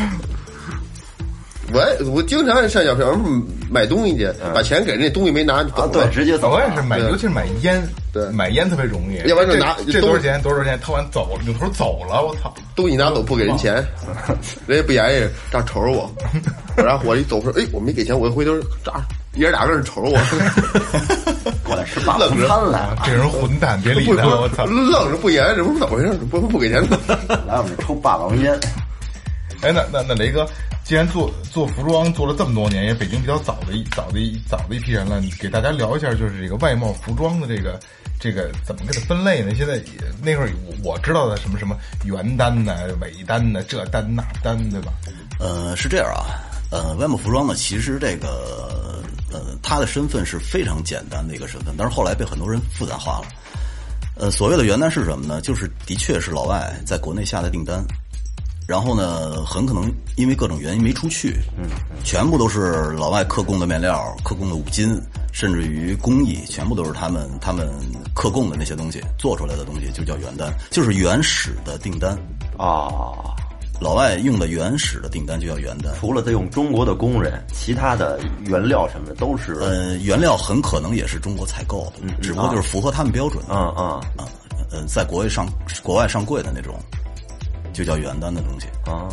B: 我经常上小平买东西去，把钱给人家，东西没拿就走了。
F: 对，直接走。
C: 我也是买，尤其是买烟，
B: 对，
C: 买烟特别容易。
B: 要不然就拿
C: 这多少钱？掏完走了，扭头走了，我操！
B: 东西拿走不给人钱，人家不言语，这样瞅着我。然后我一走说，我没给钱，我回头这爷俩个人瞅着我，
F: 过来吃霸王餐来，
C: 这人混蛋，别理他！我操，
B: 愣着不言，这不是怎么回事？不给钱
F: 来我们抽霸王烟。
C: 哎，那雷哥，既然做服装做了这么多年，也北京比较早的一批人了，你给大家聊一下，就是这个外贸服装的这个怎么给它分类呢？现在那会儿我知道的什么原单呢、尾单呢、这单那单，对吧？
E: 是这样啊，外贸服装呢，其实这个它的身份是非常简单的一个身份，但是后来被很多人复杂化了。所谓的原单是什么呢？就是的确是老外在国内下的订单。然后呢，很可能因为各种原因没出去，全部都是老外克供的面料、克供的五金，甚至于工艺，全部都是他们克供的那些东西做出来的东西，就叫原单，就是原始的订单
F: 啊。
E: 老外用的原始的订单就叫原单。
F: 除了他用中国的工人，其他的原料什么的都是
E: 原料很可能也是中国采购的，只不过就是符合他们标准的。在国外上柜的那种，就叫原单的东西。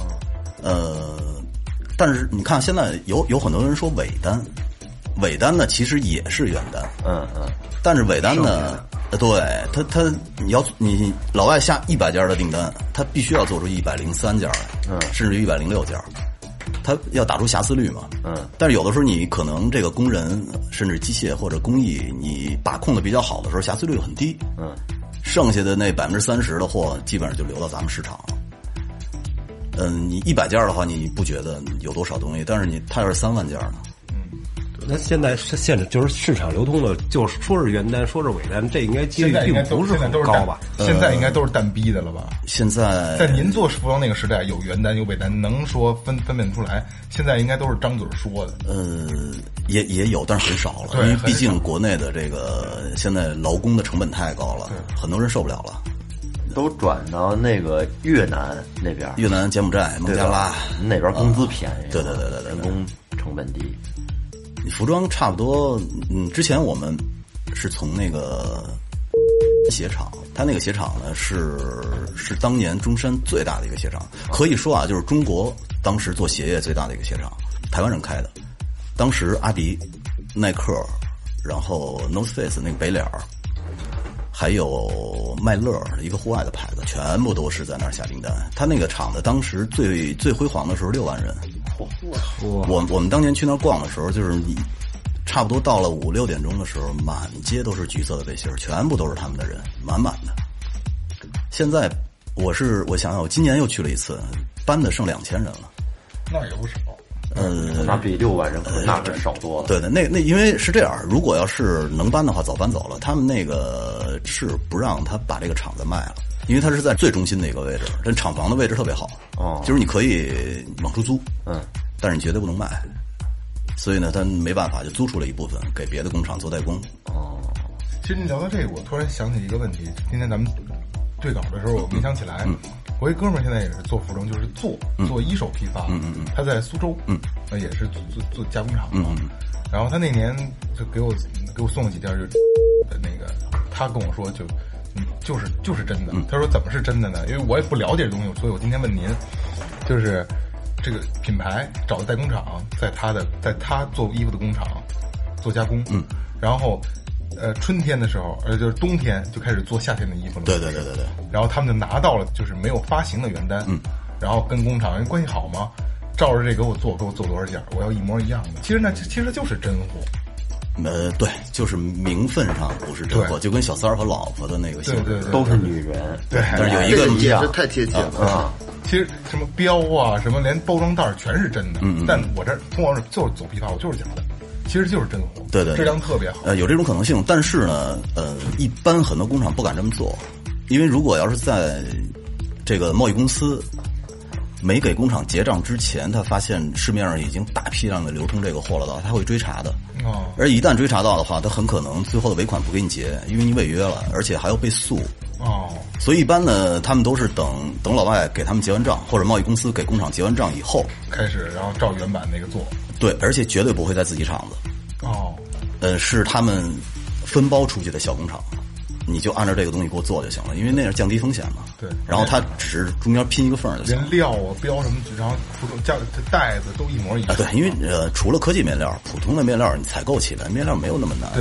E: 但是你看现在有很多人说伪单，伪单呢其实也是原单。但是伪单呢，对你老外下100家的订单，他必须要做出103家来，甚至于106家，他要打出瑕疵率嘛。但是有的时候你可能这个工人甚至机械或者工艺你把控的比较好的时候，瑕疵率很低。剩下的那30%的货基本上就流到咱们市场了。你100家的话，你不觉得有多少东西？但是他要是3万家呢？
D: 那现在限制就是市场流通的，就是说是原单，说是伪单，这应该几率并不是很高吧？
C: 现在应该都是蛋逼的了吧？
E: 现在
C: 在您做服装那个时代，有原单有伪单，能说分辨出来？现在应该都是张嘴说的。
E: 也有，但是很少了，因为毕竟国内的这个现在劳工的成本太高了，很多人受不了了。
F: 都转到那个越南那边，
E: 越南、柬埔寨、孟加拉
F: 那边工资便宜，
E: 对，
F: 人工成本低。
E: 你服装差不多，之前我们是从那个鞋厂，它那个鞋厂呢是当年中山最大的一个鞋厂，可以说啊，就是中国当时做鞋业最大的一个鞋厂，台湾人开的。当时阿迪、耐克，然后 North Face 那个北脸儿。还有麦乐一个户外的牌子，全部都是在那儿下订单。他那个厂子当时最辉煌的时候6万人。我们当年去那儿逛的时候，就是你差不多到了5、6点钟的时候，满街都是橘色的背心，全部都是他们的人，满满的。现在我想想，我今年又去了一次，搬的剩2000人了，
C: 那也不少。
F: 那比6万人那可少多了。
E: 对的，那因为是这样，如果要是能搬的话，早搬走了。他们那个是不让他把这个厂子卖了，因为他是在最中心的一个位置，这厂房的位置特别好。就是你可以往出租，但是你绝对不能卖。所以呢，他没办法就租出了一部分给别的工厂做代工。
C: 其实你聊到这个，我突然想起一个问题。今天咱们对稿的时候，我没想起来。我一哥们儿现在也是做服装，就是做一手批发。他在苏州，也是做加工厂嘛。然后他那年就给我送了几件就那个，他跟我说就是真的。他说怎么是真的呢？因为我也不了解这东西，所以我今天问您，就是这个品牌找的代工厂，在他做衣服的工厂做加工。然后春天的时候，就是冬天就开始做夏天的衣服了。对。然后他们就拿到了就是没有发行的原单，然后跟工厂因为关系好嘛，照着这给我做多少件，我要一模一样的。其实就是真货。
E: 对，就是名分上不是真货，就跟小三儿和老婆的那个性质，
F: 都是女人。
E: 对，但是有一个
B: 解释太贴切了。
C: 其实什么标啊，什么连包装袋全是真的。但我这通往就是走批发，我就是假的。其实就是真货，
E: 对，
C: 质量特别好。
E: 有这种可能性，但是呢，一般很多工厂不敢这么做，因为如果要是在这个贸易公司没给工厂结账之前，他发现市面上已经大批量的流通这个货了的话，他会追查的。而一旦追查到的话，他很可能最后的尾款不给你结，因为你违约了，而且还要被诉。所以一般呢，他们都是等老外给他们结完账，或者贸易公司给工厂结完账以后
C: 开始，然后照原版那个做。
E: 对，而且绝对不会在自己厂子。是他们分包出去的小工厂，你就按照这个东西给我做就行了，因为那是降低风险嘛。
C: 对。
E: 然后他只是中间拼一个缝就行了。
C: 连料啊、标什么，然后加袋子都一模一样。
E: 对，因为除了科技面料，普通的面料你采购起来面料没有那么难。
C: 对。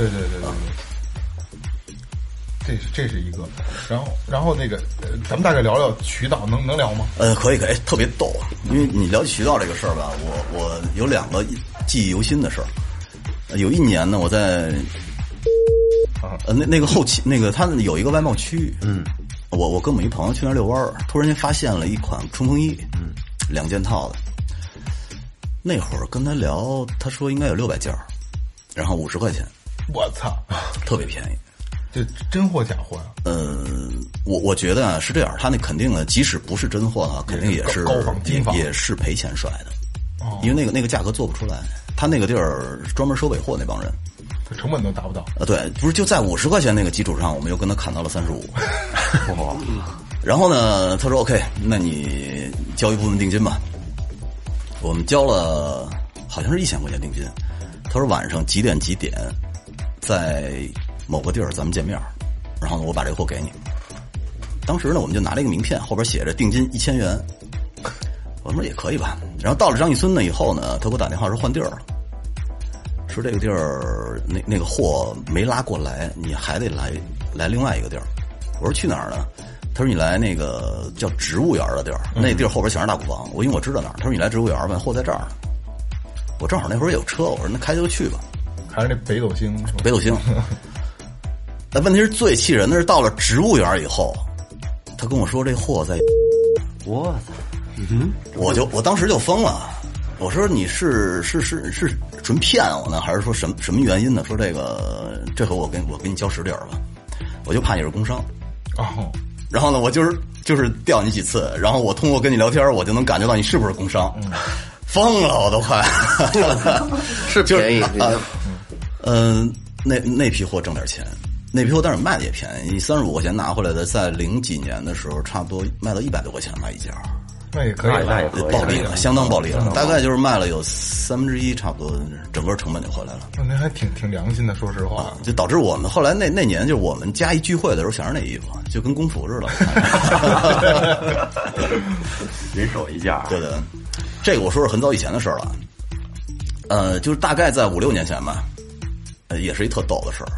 C: 这是一个，然后那个，咱们大概聊聊渠道，能聊吗？
E: 可以，特别逗，因为你了解渠道这个事儿吧，我有2个记忆犹新的事儿。有一年呢，我在那个后期那个他有一个外贸区，我跟我们一朋友去那儿遛弯儿，突然间发现了一款冲锋衣，2件套的。那会儿跟他聊，他说应该有600件，然后50块钱。
C: 我操，
E: 特别便宜。
C: 这真货假货呀？
E: 我觉得啊是这样，他那肯定呢，即使不是真货呢，肯定也是
C: 高仿金仿，
E: 也是赔钱甩的。因为那个价格做不出来，他那个地儿专门收尾货那帮人，
C: 成本都达不到。
E: 对，不是就在50块钱那个基础上，我们又跟他砍到了35。 然后呢，他说 OK， 那你交一部分定金吧。我们交了好像是1000块钱定金。他说晚上几点在某个地儿咱们见面，然后呢我把这个货给你。当时呢我们就拿了一个名片，后边写着定金1000元。我说也可以吧。然后到了张义村呢以后呢，他给我打电话说换地儿了，说这个地儿那个货没拉过来，你还得来另外一个地儿。我说去哪儿呢？他说你来那个叫植物园的地儿，那地儿后边全是大库房。因为我知道哪儿。他说你来植物园吧，货在这儿呢。我正好那会儿有车，我说那开就去吧。
C: 还是那北斗星？
E: 北斗星。但问题是最气人的是到了植物园以后，他跟我说这货在，
F: 我操！
E: 我当时就疯了。我说你是纯骗我呢，还是说什么原因呢？说这回我给你交实地儿吧，我就怕你是工商。
C: 哦。
E: 然后呢，我就是钓你几次，然后我通过跟你聊天，我就能感觉到你是不是工商。疯了，我都快。
B: 是便宜
E: 那批货挣点钱，那批货但是卖的也便宜，你35块钱拿回来的，在00几年的时候，差不多卖到100多块钱卖一件。
C: 那也可以，
F: 那也可以，
E: 暴利了，相当暴利了，大概就是卖了有1/3，差不多，整个成本就回来了。
C: 那还挺良心的，说实话。
E: 就导致我们后来那年，就是我们家一聚会的时候，全是那衣服，就跟公仆似的。
F: 人手一件。
E: 对对，这个我说是很早以前的事儿了。就是大概在5、6年前吧，也是一特逗的事儿。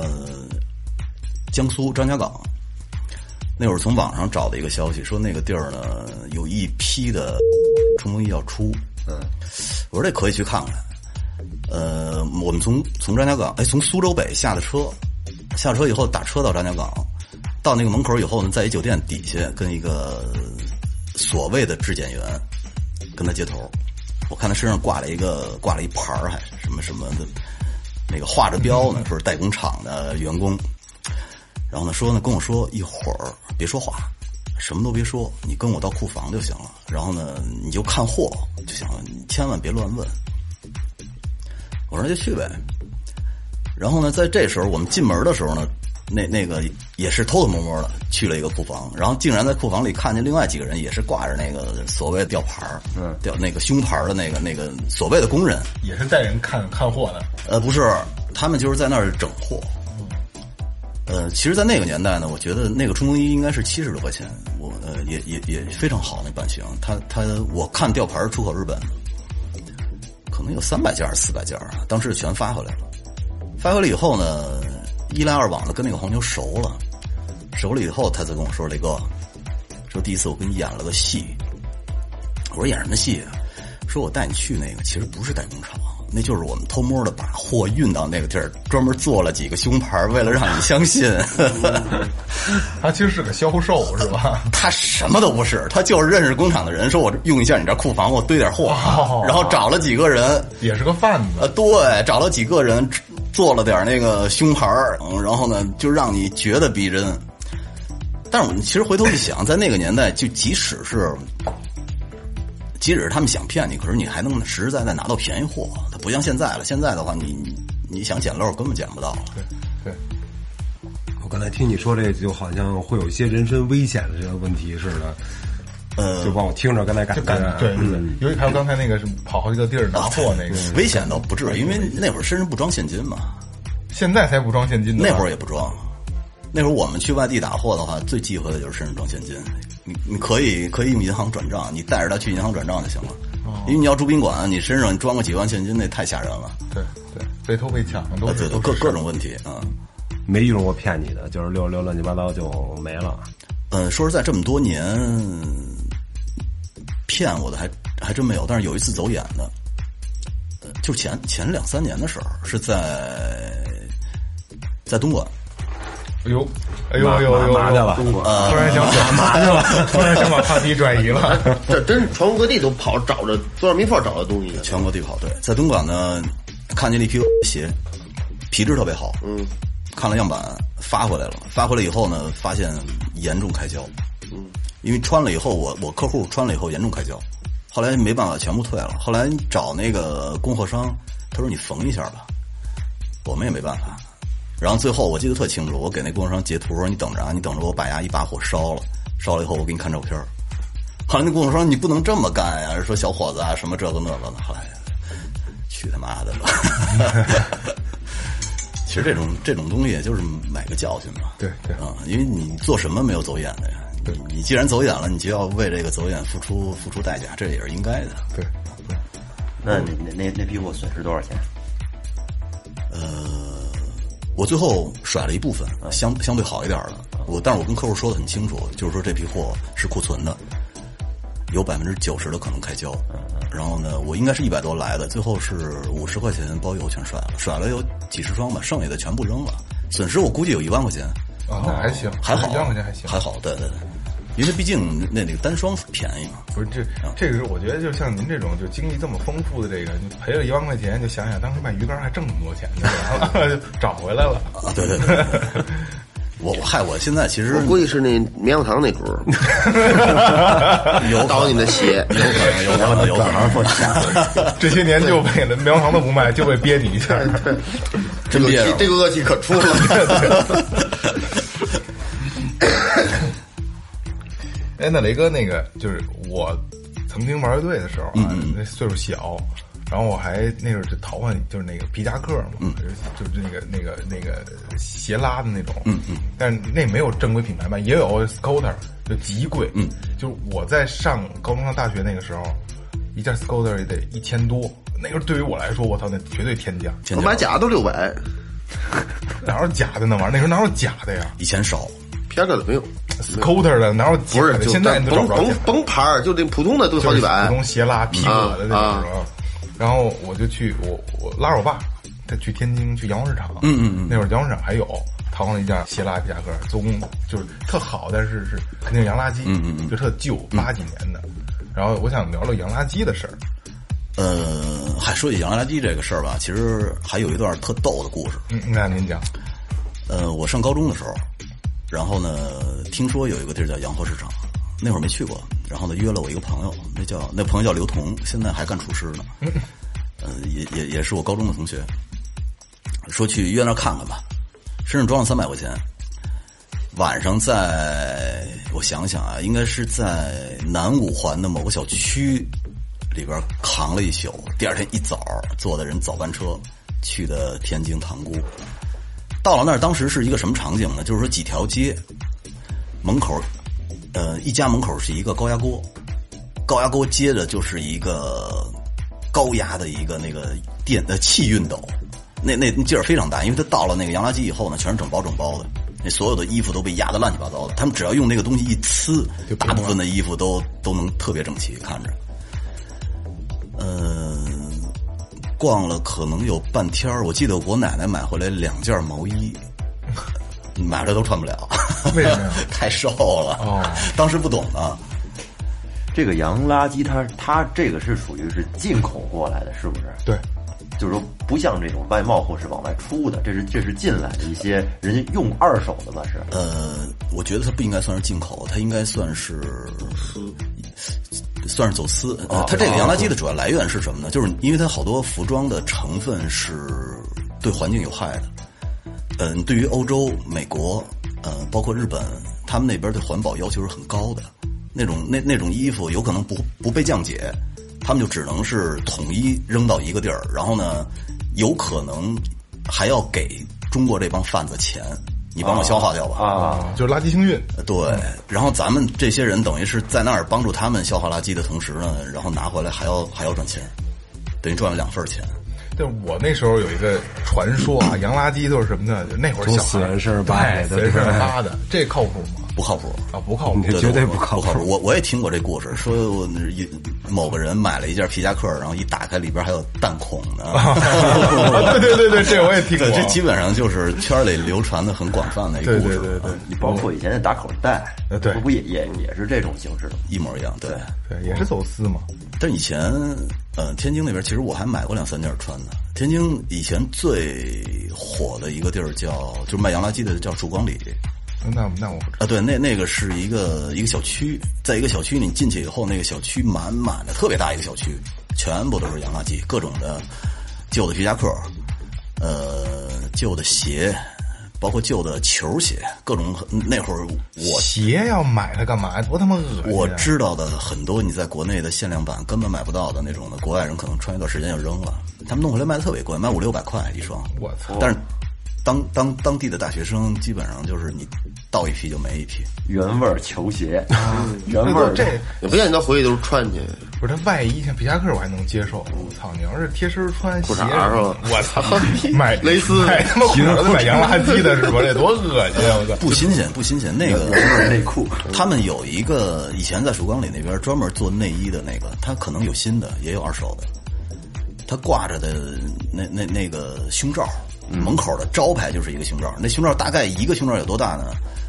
E: 江苏张家港。那会儿从网上找的一个消息，说那个地儿呢有一批的冲锋衣要出。我说这可以去看看。我们从张家港，从苏州北下的车，下车以后打车到张家港，到那个门口以后呢，在一酒店底下跟一个所谓的质检员跟他接头。我看他身上挂了一牌儿，还是什么的，那个画着标呢，说是代工厂的员工。然后呢，跟我说一会儿别说话，什么都别说，你跟我到库房就行了。然后呢，你就看货就行了，你千万别乱问。我说就去呗。然后呢，在这时候我们进门的时候呢，那个也是偷偷摸摸的去了一个库房，然后竟然在库房里看见另外几个人也是挂着那个所谓的吊牌儿，吊那个胸牌的那个所谓的工人，
C: 也是带人看货的。
E: 不是，他们就是在那儿整货。其实，在那个年代呢，我觉得那个冲锋衣应该是70多块钱，也非常好那版型。我看吊牌出口日本，可能有300件400件，当时全发回来了。发回来以后呢，一来二往的跟那个黄牛熟了以后，他才跟我说：“雷哥，说第一次我跟你演了个戏。”我说演什么戏啊？说我带你去那个，其实不是代工厂。那就是我们偷摸的把货运到那个地儿，专门做了几个胸牌，为了让你相信。
C: 他其实是个销售，是吧？
E: 他什么都不是，他就是认识工厂的人，说我用一下你这库房，我堆点货，然后找了几个人，
C: 也是个贩子。
E: 对，找了几个人做了点那个胸牌，然后呢，就让你觉得逼真。但是我们其实回头一想，在那个年代，就即使是他们想骗你，可是你还能实实在在拿到便宜货。它不像现在了，现在的话你想捡漏根本捡不到了。
C: 对。
D: 我刚才听你说这就好像会有一些人身危险的这个问题似的。就帮我听着刚才感觉。
C: 对。尤其还有刚才那个是跑好几个地儿拿货那个。
E: 危险倒不至于，因为那会儿身上不装现金嘛。
C: 现在才不装现金的。
E: 那会儿也不装。那会儿我们去外地打货的话，最忌讳的就是身上装现金。你可以用银行转账，你带着他去银行转账就行了。因为你要住宾馆，你身上装个几万现金，那太吓人了。
C: 对，被偷被抢都是
E: 各种问题啊。
D: 没遇到过骗你的，就是溜乱七八糟就没了。
E: 说实在，这么多年骗我的还真没有，但是有一次走眼的，就前2、3年的时候，是在东莞。
C: 哎呦！
D: 麻去了，
C: 突然想麻去了，突然想把话题转移了。
B: 这真是全国各地都跑，找着多少没法找的东西。
E: 全国地跑，对，在东莞呢，看见了一批鞋，皮质特别好，看了样板发回来了，发回来以后呢，发现严重开胶，因为穿了以后，我客户穿了以后严重开胶，后来没办法全部退了，后来找那个供货商，他说你缝一下吧，我们也没办法。然后最后我记得特清楚，我给那供货商截图，说你等着我把牙一把火烧了， 烧了以后我给你看照片。后来那跟我说你不能这么干呀，说小伙子啊什么这个那个的。后来去他妈的吧。其实这种东西就是买个教训嘛。
C: 对对
E: 啊，因为你做什么没有走眼的呀？你既然走眼了，你就要为这个走眼付出代价，这也是应该的。
C: 对。
F: 那那批货损失多少钱？
E: 我最后甩了一部分，相对好一点的。但是我跟客户说的很清楚，就是说这批货是库存的，有90%的可能开胶。然后呢，我应该是100多来的，最后是50块钱包邮全甩了，甩了有几十双吧，剩下的全部扔了，损失我估计有1万块钱。
C: 啊，那还行，
E: 还好，
C: 1万块钱还行，
E: 还好，对对对。因为毕竟那个单双便宜嘛。
C: 不是这个是我觉得就像您这种就经历这么丰富的这个，你赔了1万块钱，就想想当时卖鱼竿还挣那么多钱呢，就找回来了。
E: 啊，对对对。我现在其实
B: 我估计是那棉花糖那主有倒你的血，
E: 有可能。
C: 这些年就为了棉花糖都不卖，就为憋你一下，
E: 真憋着，
B: 这个恶气可出了。
C: 哎，那雷哥，那个就是我曾经玩乐队的时候啊，那岁数小，然后我还那时候就淘换，就是那个皮夹克嘛，就是那个斜拉的那种，但是那没有正规品牌卖，也有 Scooter， 就极贵，就是我在上高中上大学那个时候，一件 Scooter 也得1000多，那个对于我来说，我操，那绝对天价，
B: 我买假的都600，
C: 哪有假的那玩意儿？那时候哪有假的呀？
E: 以前少。
B: 皮夹克的没有
C: ，Scooter 的哪有假的？
B: 不是，
C: 现在你都找不着假的。
B: 甭牌儿，就这普通的都好几百。
C: 普通斜拉皮革的那种。然后我就去我拉着我爸，他去天津去洋货市场。那会儿洋货市场还有淘换了一件斜拉皮夹克，做工就是特好，但是肯定是洋垃圾。就特旧，80几年的。然后我想聊聊洋垃圾的事儿。
E: 还说起洋垃圾这个事儿吧，其实还有一段特逗的故事。
C: 那您讲。
E: 我上高中的时候。然后呢，听说有一个地儿叫洋货市场，那会儿没去过。然后呢，约了我一个朋友，那朋友叫刘同，现在还干厨师呢。也是我高中的同学。说去约那儿看看吧，身上装了300块钱。晚上我想想啊，应该是在南五环的某个小区里边扛了一宿。第二天一早坐的人早班车去的天津塘沽。到了那儿，当时是一个什么场景呢？就是说几条街门口，一家门口是一个高压锅，高压锅接着就是一个高压的一个那个气熨斗，那劲儿非常大，因为它到了那个洋垃圾以后呢，全是整包的，那所有的衣服都被压得乱七八糟的，他们只要用那个东西一呲，大部分的衣服都能特别整齐看着。逛了可能有半天，我记得我奶奶买回来2件毛衣，买了都穿不了。
C: 为什么呀？
E: 太瘦了。当时不懂呢。
F: 这个洋垃圾它这个是属于是进口过来的，是不是？
C: 对，
F: 就是说不像这种外贸货是往外出的，这是进来的一些人家用二手的吧？是。
E: 我觉得它不应该算是进口，它应该算是走私。它这个洋垃圾的主要来源是什么呢？就是因为它好多服装的成分是对环境有害的。对于欧洲、美国，包括日本，他们那边对环保要求是很高的。那种衣服有可能不被降解，他们就只能是统一扔到一个地儿，然后呢，有可能还要给中国这帮贩子钱。你帮我消化掉吧，
C: 就是垃圾清运。
E: 对，然后咱们这些人等于是在那儿帮助他们消化垃圾的同时呢，然后拿回来还要赚钱，等于赚了2份钱。
C: 就我那时候有一个传说啊，洋垃圾都是什么呢？那会儿小孩
D: 死人事扒的，
C: 死人事扒的，这靠谱吗？
E: 不靠谱
C: 啊，不靠谱，
D: 绝对不靠谱。
E: 我也听过这故事，说某个人买了一件皮夹克，然后一打开里边还有弹孔呢。
C: 对，这我也听过。
E: 这基本上就是圈里流传的很广泛的一个故事。
C: 对，
F: 你包括以前的打口袋，
C: 对，
F: 不也是这种形式的，
E: 一模一样。对，
C: 也是走私嘛。
E: 但以前天津那边其实我还买过2-3件穿的。天津以前最火的一个地儿就是卖洋垃圾的，叫曙光里。
C: 那我不知道。
E: 对，那个是一个小区，在一个小区你进去以后，那个小区满满的，特别大一个小区，全部都是洋垃圾，各种的旧的皮夹克，旧的鞋， 包括旧的球鞋，各种。那会儿我
C: 鞋要买它干嘛？多他妈恶心！
E: 我知道的很多你在国内的限量版根本买不到的那种的，国外人可能穿一段时间就扔了，他们弄回来卖的特别贵，卖500-600块一双。
C: 我操！
E: 但是当地的大学生基本上就是你到一批就没一批。
F: 原味球鞋，原味
C: 这
B: 也不见你到回去都是穿去。
C: 不是他外衣像皮夹克我还能接受，我操！你要是贴身穿鞋，
B: 裤衩是吧？
C: 我操！买
B: 蕾丝，
C: 买他妈裤衩买洋垃圾的是吧？这多恶心啊！我操！
E: 不新鲜，不新鲜。那个
F: 内裤，
E: 他们有一个以前在曙光里那边专门做内衣的那个，他可能有新的，也有二手的。他挂着的那个胸罩，门口的招牌就是一个胸罩。那胸罩大概一个胸罩有多大呢？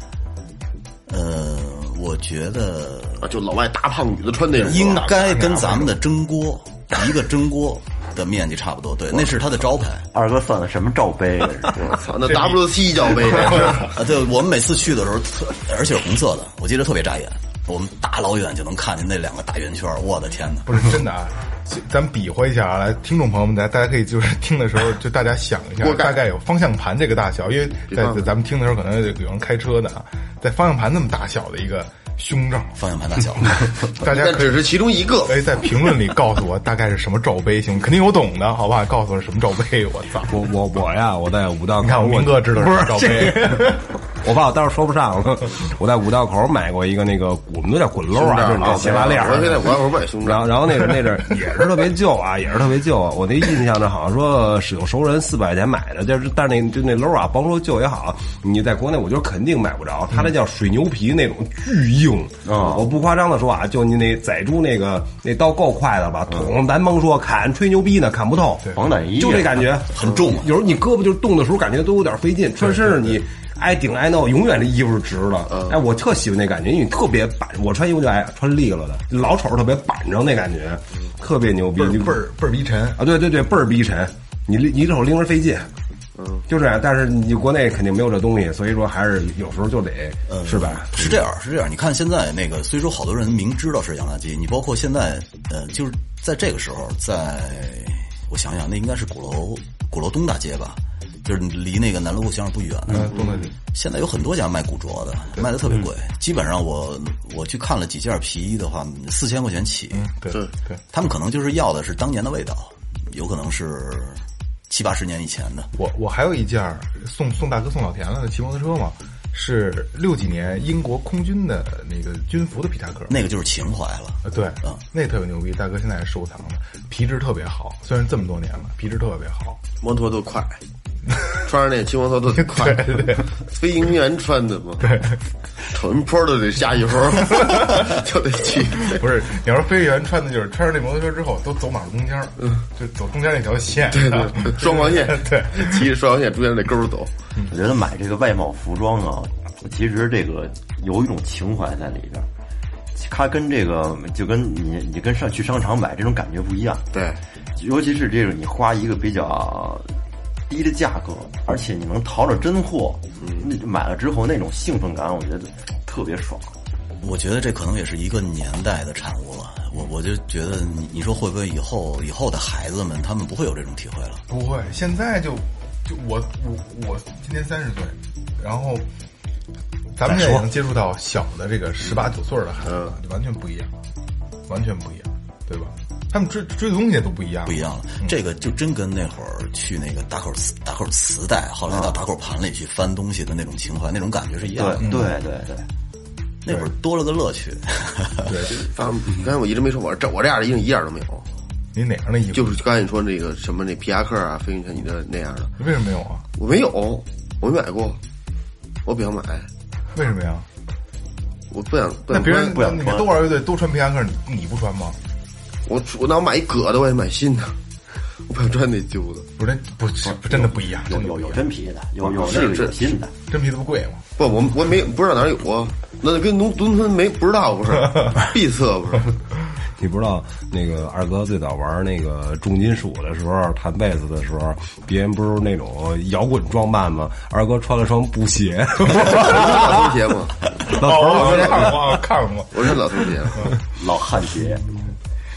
E: 我觉得
B: 就老外大胖女子穿那种，
E: 应该跟咱们的蒸锅一个蒸锅的面积差不多。对，那是他的招牌。
F: 二哥算的什么罩杯？
B: 我操，那 WC 罩杯
E: 啊！对，我们每次去的时候，而且是红色的，我记得特别扎眼。我们大老远就能看见那2个大圆圈，我的天哪！
C: 不是真的啊，咱们比划一下啊，来，听众朋友们，大家可以就是听的时候，就大家想一下，大概有方向盘这个大小，因为在咱们听的时候可能有人开车的啊，在方向盘那么大小的一个胸罩，
E: 方向盘大小，
C: 大家
B: 只是其中一个。
C: 在评论里告诉我大概是什么罩杯行，肯定有懂的，好吧？告诉我是什么罩杯，我操！
D: 我呀，我在五道口，
C: 你看我明哥知道是什么罩杯。
D: 我怕我待会儿说不上了。我在五道口买过一个那个我们都叫滚漏啊，就是那斜拉链。
B: 我现在五道口买胸罩，
D: 然后那阵也是特别旧啊，也是特别旧。我那印象呢，好像说是有熟人400块钱买的，但是那漏啊，甭说旧也好，你在国内我觉得肯定买不着。它那叫水牛皮那种巨硬啊，我不夸张的说啊，就你那宰猪那刀够快的吧，捅咱甭说砍吹牛逼呢，砍不透，
F: 防弹衣
D: 就这感觉
E: 很重。
D: 有时候你胳膊就动的时候，感觉都有点费劲，穿身上你。挨顶挨闹，永远这衣服是直的。哎，我特喜欢那感觉，因为你特别板。我穿衣服就爱穿利落的，老瞅着特别板正那感觉，特别牛逼，
C: 倍儿逼沉
D: 啊！对，倍儿逼沉。你一手拎着费劲，就这样。但是你国内肯定没有这东西，所以说还是有时候就得，是吧？
E: 是这样。你看现在那个，虽说好多人明知道是洋垃圾，你包括现在，就是在这个时候，我想想，那应该是鼓楼东大街吧。就是离那个南锣鼓巷不远的，现在有很多家卖古着的，卖的特别贵。基本上我去看了几件皮衣的话，4000块钱起。
C: 对，
E: 他们可能就是要的是当年的味道，有可能是70-80年以前的。
C: 我还有一件送大哥送老田了的骑摩托车嘛，是60几年英国空军的那个军服的皮夹克，
E: 那个就是情怀了。
C: 对，那特别牛逼，大哥现在还收藏呢，皮质特别好，虽然这么多年了，皮质特别好，
B: 摩托都快。穿上那骑摩托都得快，
C: 对，
B: 飞行员穿的嘛，
C: 对，
B: 瞅人坡都得下一会儿，就得去。
C: 不是，你要说飞行员穿的就是穿上这摩托车之后都走马路中间，就走中间那条线，
B: 对，双黄线，
C: 对，
B: 骑着双黄线中间那沟走。
F: 我觉得买这个外贸服装啊，其实这个有一种情怀在里边。它跟这个就跟你跟去商场买这种感觉不一样，
B: 对，
F: 尤其是这种你花一个比较低的价格，而且你能淘着真货，买了之后那种兴奋感，我觉得特别爽。
E: 我觉得这可能也是一个年代的产物了。我就觉得你说会不会以后的孩子们他们不会有这种体会了？
C: 不会，现在就我今年30岁，然后咱们也能接触到小的这个18、19岁的孩子，就完全不一样，对吧？他们追的东西都不一样，
E: 了。这个就真跟那会儿去那个打口磁带，后来到打口盘里去翻东西的那种情怀、那种感觉是一样的。
F: 对，
E: 那会儿多了个乐趣。
B: 对，刚才我一直没说，我这样的衣服一样都没有。
C: 你哪样的衣服？
B: 就是刚才你说那个什么那皮夹克啊，飞行员你的那样的。
C: 为什么没有啊？
B: 我没有，我没买过，我不想买。为
C: 什么呀？
B: 我不想。
C: 那别人不想穿，都玩乐队都穿皮夹克，你不穿吗？
B: 我那我买一革的，我也买新的，我不想穿那旧的。
C: 不真的不一样，
F: 有真皮的，有那个有新的，
C: 真皮的不贵吗？
B: 不，我没不知道哪儿有啊，那跟农村不知道不是，闭塞不是。
D: 你不知道那个二哥最早玩那个重金属的时候，弹贝斯的时候，别人不是那种摇滚装扮吗？二哥穿了双布鞋，
B: 老头鞋吗？
C: 老头，我看过，
B: 我是老头鞋，
F: 老汉鞋。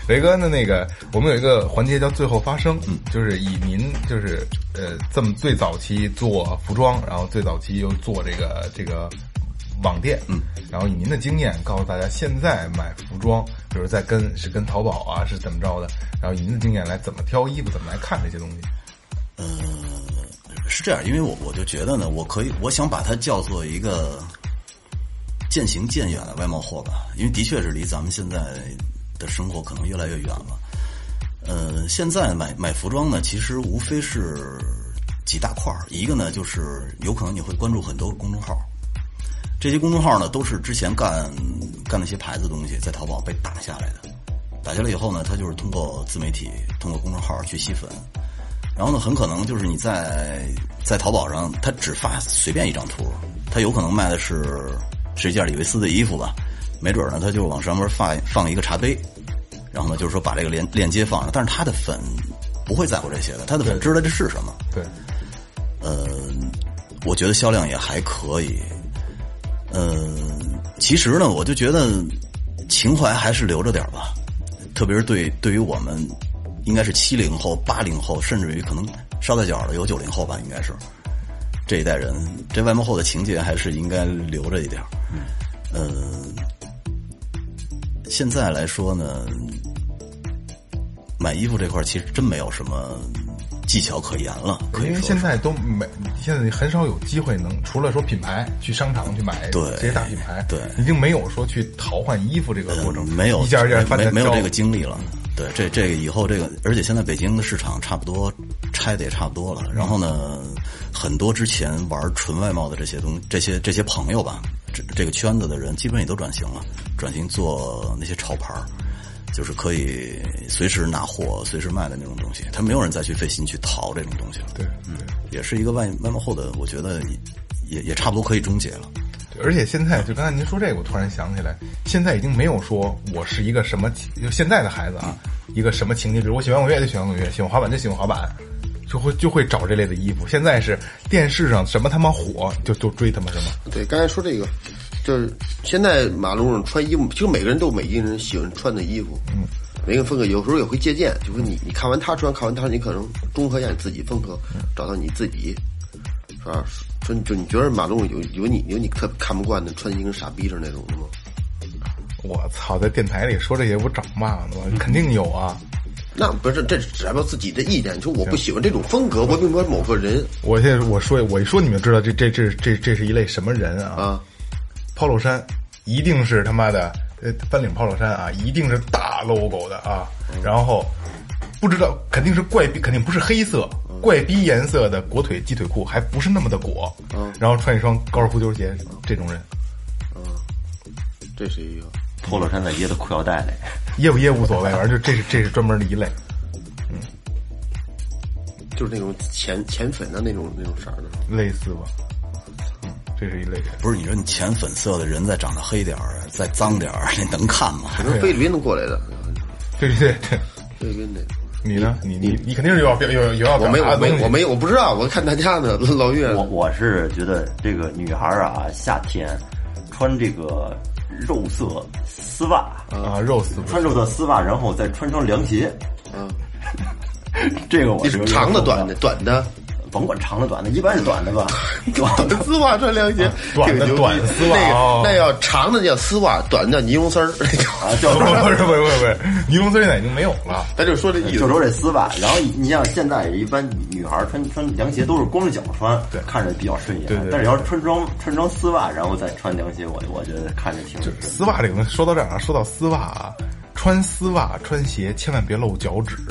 C: 雷哥那个，我们有一个环节叫最后发声，就是以您就是这么最早期做服装，然后最早期又做这个网店，然后以您的经验告诉大家，现在买服装，比如跟淘宝啊是怎么着的，然后以您的经验来怎么挑衣服，怎么来看这些东西。
E: 是这样，因为我就觉得呢，我想把它叫做一个渐行渐远的外贸货吧，因为的确是离咱们现在的生活可能越来越远了。现在买服装呢，其实无非是几大块儿，一个呢就是有可能你会关注很多公众号，这些公众号呢都是之前干那些牌子的东西，在淘宝被打下来的，打下来以后呢，它就是通过自媒体、通过公众号去吸粉。然后呢，很可能就是你在淘宝上，他只发随便一张图，他有可能卖的是一件李维斯的衣服吧，没准呢他就往上面放一个茶杯，然后呢就是说把这个链接放上，但是他的粉不会在乎这些的，他的粉知道这是什么。
C: 对，
E: 我觉得销量也还可以。其实呢，我就觉得情怀还是留着点吧，特别是对于我们。应该是70后、80后，甚至于可能捎带脚的有90后吧，应该是这一代人，这外贸后的情节还是应该留着一点。现在来说呢，买衣服这块其实真没有什么技巧可言了，
C: 因为现在现在很少有机会能除了说品牌去商场去买这些大品牌，
E: 对，
C: 已经没有说去淘换衣服这个过程，
E: 没有
C: 一件一件翻着
E: 没有这个经历了。对，这个以后这个，而且现在北京的市场差不多拆的也差不多了。然后呢，很多之前玩纯外贸的这些朋友吧，这个圈子的人基本也都转型了，转型做那些潮牌，就是可以随时拿货、随时卖的那种东西。他没有人再去费心去淘这种东西了。
C: 对，
E: 也是一个外贸后的，我觉得也差不多可以终结了。
C: 而且现在就刚才您说这个，我突然想起来，现在已经没有说我是一个什么，就现在的孩子啊，一个什么情节，比如我喜欢滚乐就喜欢滚乐，喜欢滑板就喜欢滑板，就会找这类的衣服。现在是电视上什么他妈火就追他妈什么。
B: 对，刚才说这个，就是现在马路上穿衣服，其实每个人都有每一个人喜欢穿的衣服，每个风格有时候也会借鉴，就是你看完他穿，看完他，你可能综合一下你自己风格，找到你自己，是吧？就你觉得马路有你特别看不惯的，穿一跟傻逼似的那种的吗？
C: 我操，在电台里说这些我找骂呢，肯定有啊。
B: 那不是，这只代表自己的意见。你说我不喜欢这种风格，我并不是某个人。
C: 我一说你们就知道这是一类什么人啊！polo 衫一定是他妈的翻领 polo 衫啊，一定是大 logo 的啊，然后不知道肯定是怪逼，肯定不是黑色。怪逼颜色的裹腿鸡腿裤，还不是那么的裹，然后穿一双高尔夫球鞋，这种人，这是一个
F: polo 衫在掖到裤腰带里，
C: 掖不掖无所谓，反正就这是专门的一类，
B: 就是那种浅粉的那种色的，
C: 类似吧，这是一类人。
E: 不是你说你浅粉色的人再长得黑点儿，再脏点儿，你能看吗？
B: 可能菲律宾过来的，
C: 对，菲
B: 律宾的。
C: 你呢？你肯定是有要表达的东西。
B: 我不知道，我看大家呢，老岳。
F: 我是觉得这个女孩啊，夏天穿这个肉色丝袜
C: 穿
F: 肉色丝袜，然后再穿双凉鞋。这个我是
B: 长的、短的。
F: 甭管长的短的，一般是短的吧。
B: 短的丝袜穿凉鞋，
C: 短丝袜
B: 那要长的叫丝袜，短的叫尼龙丝儿。
C: 不是，尼龙丝儿现在已经没有了。
B: 他就说这意思，
F: 就说这丝袜。然后你像现在一般女孩穿凉鞋都是光着脚穿，对，看着比较顺眼。对。但是要是穿双丝袜，然后再穿凉鞋，我觉得看着挺。
C: 就丝袜这个，说到这儿啊，说到丝袜啊，穿丝袜穿鞋千万别露脚趾。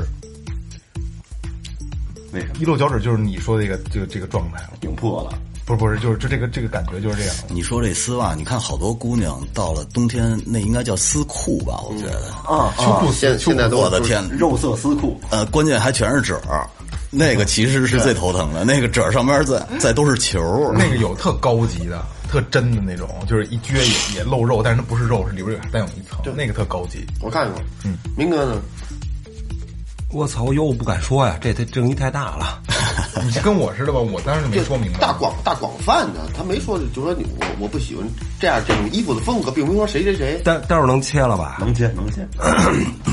F: 为什么？
C: 一露脚趾就是你说的这个状态了，
F: 顶破了。
C: 不是，就是这个感觉就是这样。
E: 你说这丝袜，你看好多姑娘到了冬天，那应该叫丝裤吧？我觉得
C: 秋裤
B: 现在
E: 我的天，
F: 肉色丝裤，
E: 关键还全是褶儿，那个其实是最头疼的。那个褶儿上面再都是球，
C: 那个有特高级的、特真的那种，就是一撅也露肉，但是它不是肉，是里边带有一层，就那个特高级。
B: 我看过，明哥呢？
D: 我操！我不敢说呀，这争议太大了。
C: 你跟我似的吧？我当时就没说明白。
B: 大广泛的，他没说，就说我不喜欢这种衣服的风格，并没说谁。
D: 待会儿能切了吧？
F: 能切。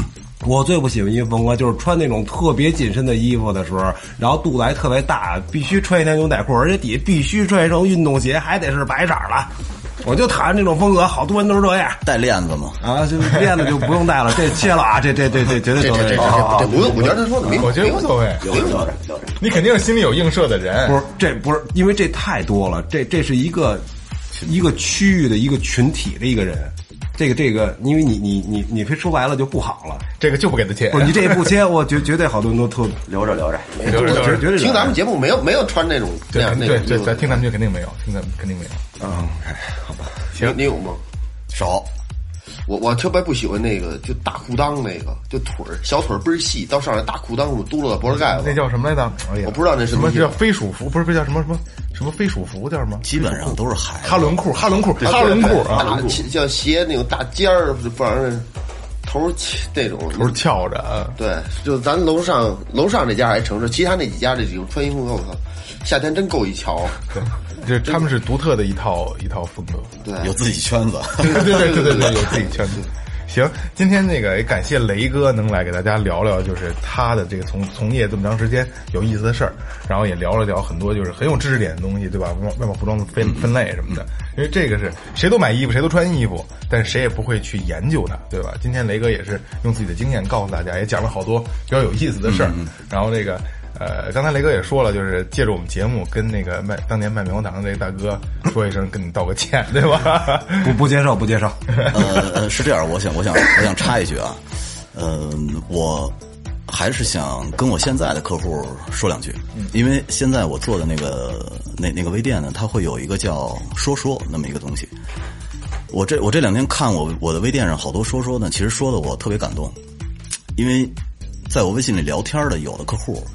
D: 我最不喜欢衣服风格就是穿那种特别紧身的衣服的时候，然后肚子还特别大，必须穿一条牛仔裤，而且底下必须穿一双运动鞋，还得是白色的。我就讨厌这种风格，好多人都是这样。
E: 带链子吗？
D: 啊，就链子就不用带了，这切了啊，这绝对
B: 这不用，我觉得他说的没，
C: 我觉得无所谓，
E: 留着。
C: 你肯定是心里有映射的人。
D: 不是，因为这太多了，这是一个区域的一个群体的一个人。这个，因为你非说白了就不好了，
C: 这个就不给他切。
D: 不是你这也不切，我绝对好多人都特
F: 留着。
D: 绝对
B: 听咱们节目没有穿那种那样那种。
C: 对，咱听咱们就肯定没有，听咱们肯定没有。
D: 好吧，
C: 行，
B: 你有吗？
E: 少。
B: 我特别不喜欢那个，就大裤裆那个，就小腿倍儿细，到上来大裤裆嘟噜到脖子盖子。
C: 那叫什么来着？哎呀，
B: 我不知道那
C: 什么叫飞鼠服，不是叫什么飞鼠服叫什么？
E: 基本上都是孩子。
C: 哈伦裤啊，
B: 大叫鞋那种大尖儿，不让人头那种
C: 头翘着啊。
B: 对，就咱楼上那家还成，其他那几家这种穿衣风格，我操，夏天真够一瞧。
C: 对，这他们是独特的一套风格，
B: 对，
E: 有自己圈子。
C: 对，有自己圈子。行，今天那个也感谢雷哥能来给大家聊聊，就是他的这个从业这么长时间有意思的事儿，然后也聊了聊很多就是很有知识点的东西，对吧？外贸服装的分类什么的，因为这个是谁都买衣服，谁都穿衣服，但是谁也不会去研究它，对吧？今天雷哥也是用自己的经验告诉大家，也讲了好多比较有意思的事儿，然后这个。刚才雷哥也说了，就是借着我们节目跟那个当年卖棉花糖的这个大哥说一声，跟你道个歉，对吧？
D: 不接受。
E: 是这样，我想插一句啊，我还是想跟我现在的客户说两句，因为现在我做的那个微店呢，它会有一个叫说那么一个东西。我这两天看我的微店上好多说呢，其实说的我特别感动，因为在我微信里聊天的有的客户。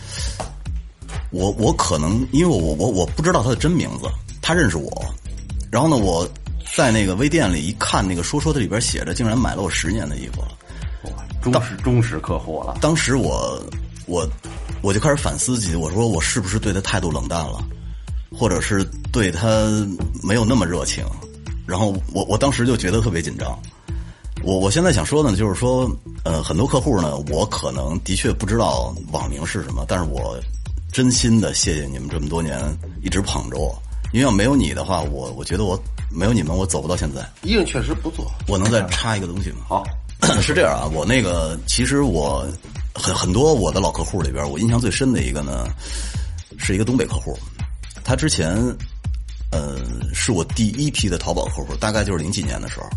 E: 我可能因为我不知道他的真名字，他认识我，然后呢，我在那个微店里一看，那个说的里边写着，竟然买了我10年的衣服了，
F: 忠实客户了。
E: 当时我就开始反思自己，我说我是不是对他态度冷淡了，或者是对他没有那么热情，然后我当时就觉得特别紧张。我现在想说呢，就是说很多客户呢，我可能的确不知道网名是什么，但是我真心的谢谢你们这么多年一直捧着我，因为要没有你的话，我觉得我没有你们我走不到现在。
B: 衣裳确实不错。
E: 我能再插一个东西吗？
F: 好，
E: 是这样啊，我那个其实我很多我的老客户里边，我印象最深的一个呢，是一个东北客户，他之前是我第一批的淘宝客户，大概就是00几年的时候。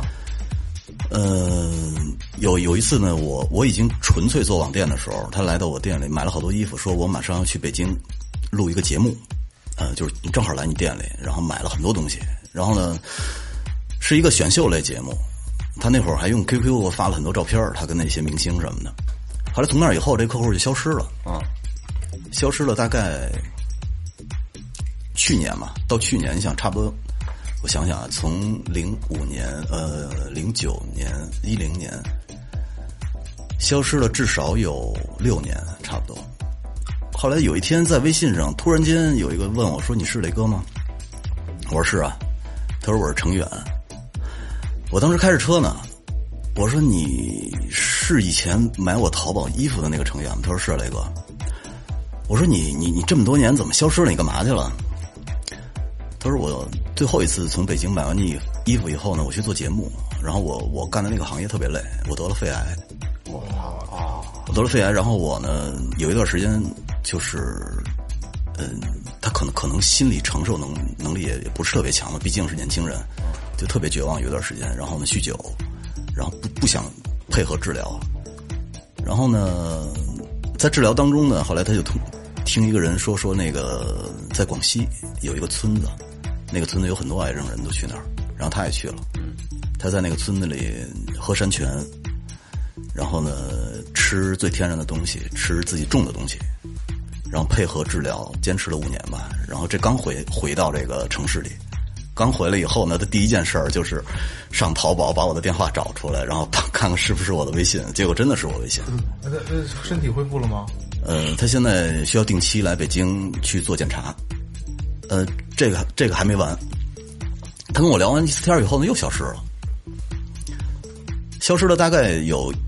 E: 有一次呢，我已经纯粹做网店的时候，他来到我店里买了好多衣服，说我马上要去北京录一个节目，就是正好来你店里，然后买了很多东西，然后呢是一个选秀类节目，他那会儿还用 QQ 给我发了很多照片，他跟那些明星什么的。后来从那以后，这客户就消失了，消失了大概去年嘛，到去年你想差不多。我想想啊，从05年、09年、10年，消失了至少有6年，差不多。后来有一天在微信上，突然间有一个问我说：“你是雷哥吗？”我说：“是啊。”他说：“我是程远。”我当时开着车呢，我说：“你是以前买我淘宝衣服的那个程远吗？”他说：“是啊，雷哥。”我说：“你这么多年怎么消失了？你干嘛去了？”他说我最后一次从北京买完衣服以后呢，我去做节目，然后我干的那个行业特别累，我得了肺癌。我得了肺癌，然后我呢有一段时间就是，他可能心理承受能力也不是特别强嘛，毕竟是年轻人，就特别绝望有一段时间，然后呢酗酒，然后不想配合治疗，然后呢在治疗当中呢，后来他就听一个人说那个在广西有一个村子。那个村子有很多癌症人都去那儿，然后他也去了。他在那个村子里喝山泉，然后呢吃最天然的东西，吃自己种的东西，然后配合治疗，坚持了5年吧。然后这刚回到这个城市里，刚回来以后呢，他第一件事就是上淘宝把我的电话找出来，然后看看是不是我的微信，结果真的是我微信。
C: 那身体恢复了吗？
E: 他现在需要定期来北京去做检查。这个还没完，他跟我聊完一次天以后呢，又消失了。消失了大概有，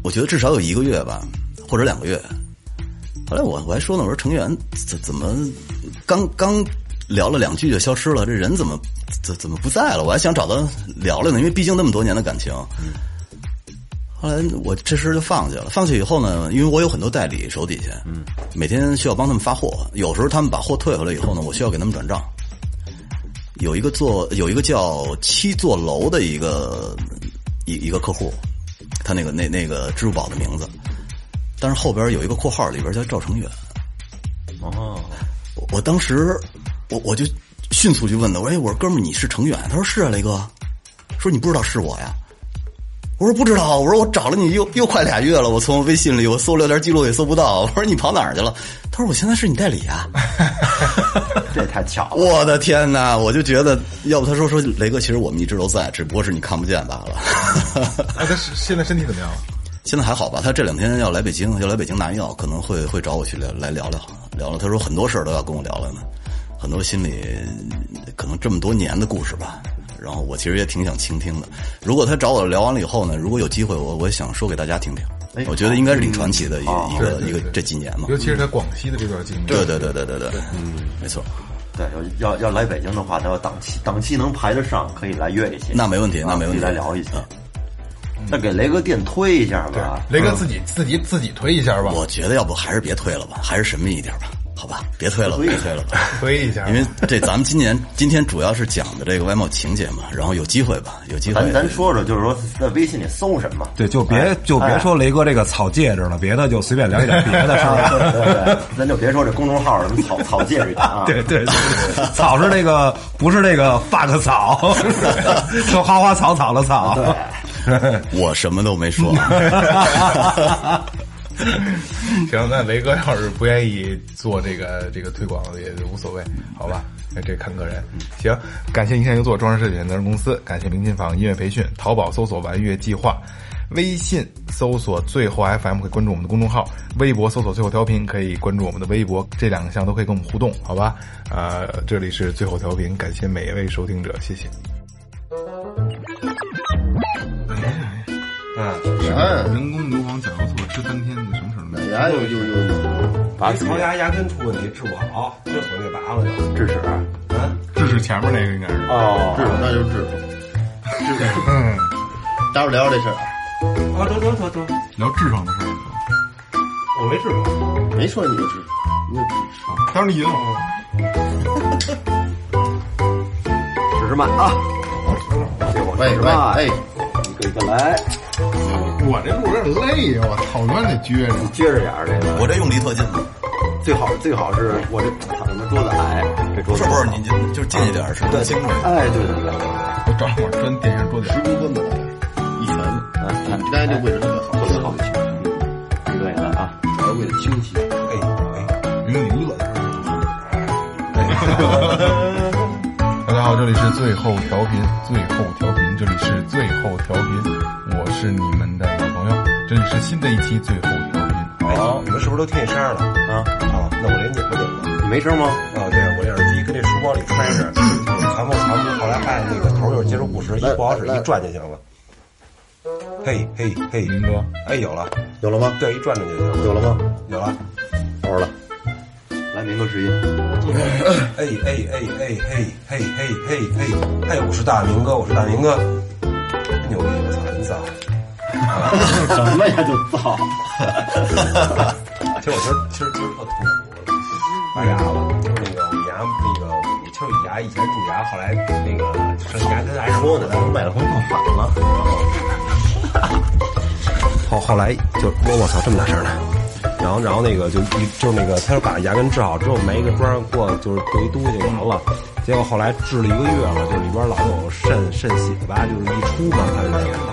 E: 我觉得至少有1个月吧，或者2个月。后来我还说呢，我说成员怎么刚聊了2句就消失了，这人怎么不在了？我还想找他聊聊呢，因为毕竟那么多年的感情。后来我这事就放下了。放下以后呢，因为我有很多代理手底下，每天需要帮他们发货，有时候他们把货退回来以后呢，我需要给他们转账。有一个叫7座楼的一个客户，他那个支付宝的名字，但是后边有一个括号，里边叫赵成远。
F: 哦，
E: 我当时我就迅速去问他，我说哥们儿你是成远？他说是啊，雷哥。说你不知道是我呀？我说不知道，我说我找了你又快2月了，我从微信里我搜聊天记录也搜不到。我说你跑哪儿去了？他说我现在是你代理啊。
F: 这也太巧了！
E: 我的天哪！我就觉得，要不他说雷哥，其实我们一直都在，只不过是你看不见罢了。
C: 他现在身体怎么样了？
E: 现在还好吧？他这2天要来北京拿药，可能会找我去来聊聊。他说很多事儿都要跟我聊聊呢，很多心里可能这么多年的故事吧。然后我其实也挺想倾听的。如果他找我聊完了以后呢，如果有机会，我也想说给大家听听。我觉得应该是挺传奇的一个这几年嘛，
C: 尤其是在广西的这段经历。
E: 对，没错。
F: 对，要来北京的话，他要档期能排得上，可以来约一些。
E: 那没问题，可
F: 以来聊一下。那给雷哥店推一下吧，
C: 雷哥自己推一下吧。
E: 我觉得要不还是别推了吧，还是神秘一点吧。好吧，别推了吧，
C: 推一下，
E: 因为这咱们今天主要是讲的这个外贸情节嘛，然后有机会吧，
F: 咱说说，就是说在微信里搜什么？
D: 对，就别说雷哥这个草戒指了，别的就随便聊一点别的事儿。
F: 对，咱就别说这公众号什么草戒指啊。
D: 对，草是那个不是那个发个草，是花花草草的草。
E: 对，我什么都没说。
C: 行，那雷哥要是不愿意做这个推广也无所谓，好吧？这看个人。行，感谢银线优作装饰设计有限公司，感谢明琴坊音乐培训，淘宝搜索玩乐计划，微信搜索最后 FM 可以关注我们的公众号，微博搜索最后调频可以关注我们的微博，这2项都可以跟我们互动，好吧？这里是最后调频，感谢每一位收听者，谢谢。人工牛黄甲壳错吃3天的什么事儿？
B: 哪牙有
D: 拔槽牙根出问题治不好，就所给拔了就
F: 智齿。
C: 智齿前面那个应该是
B: 智齿那就是智齿。待会儿聊聊这事儿。
D: 得，
C: 聊痔疮的事儿。
D: 我没治过，
B: 没说你有痔疮，你有智齿。
C: 当然你赢了。
F: 试试慢啊！
B: 喂，
F: 一个来。
C: 我这路有点累呀，我操，我得撅着
F: 点儿这个。
E: 我这用力特近的，
F: 最好是我这躺的桌子矮，这桌子
E: 不是你就近一点是更清楚。
F: 哎，对。
C: 我找会儿钻电线桌子
B: 10公分吧，一拳。你刚才这位置特别好，
F: 特别好。对了啊，
B: 还为了清晰。
C: 因为你饿的。大家好，这里是最后调频，这里是最后调频，我是你们的老朋友，这里是新的一期最后调频。
D: 好，你们是不是都听见声了啊？那我连拧不拧了？
F: 你没声吗？
D: 对，我这耳机跟这书包里揣着，传播，后来发现那个头就是接收不实，一不好使一转就行了。嘿，
C: 林哥，
D: 有了
F: 吗？
D: 对，一转转就行。
F: 有了吗？
D: 有了，
F: 好了。来，明哥试音。
D: 我是大明哥，牛逼！我操，真骚！
F: 什么呀，就骚！
D: 其实我今儿特痛苦，拔牙了，就是那个我牙其实我牙以前蛀牙，后来那个生牙根癌说的，
F: 买了回放反了。
D: 后来就我操这么大声呢。然后那个就是那个，他就把牙根治好之后，埋一个桩过，就是过一东西就完了。结果后来治了1个月了，就里边老有渗血吧，就是一出嘛，他就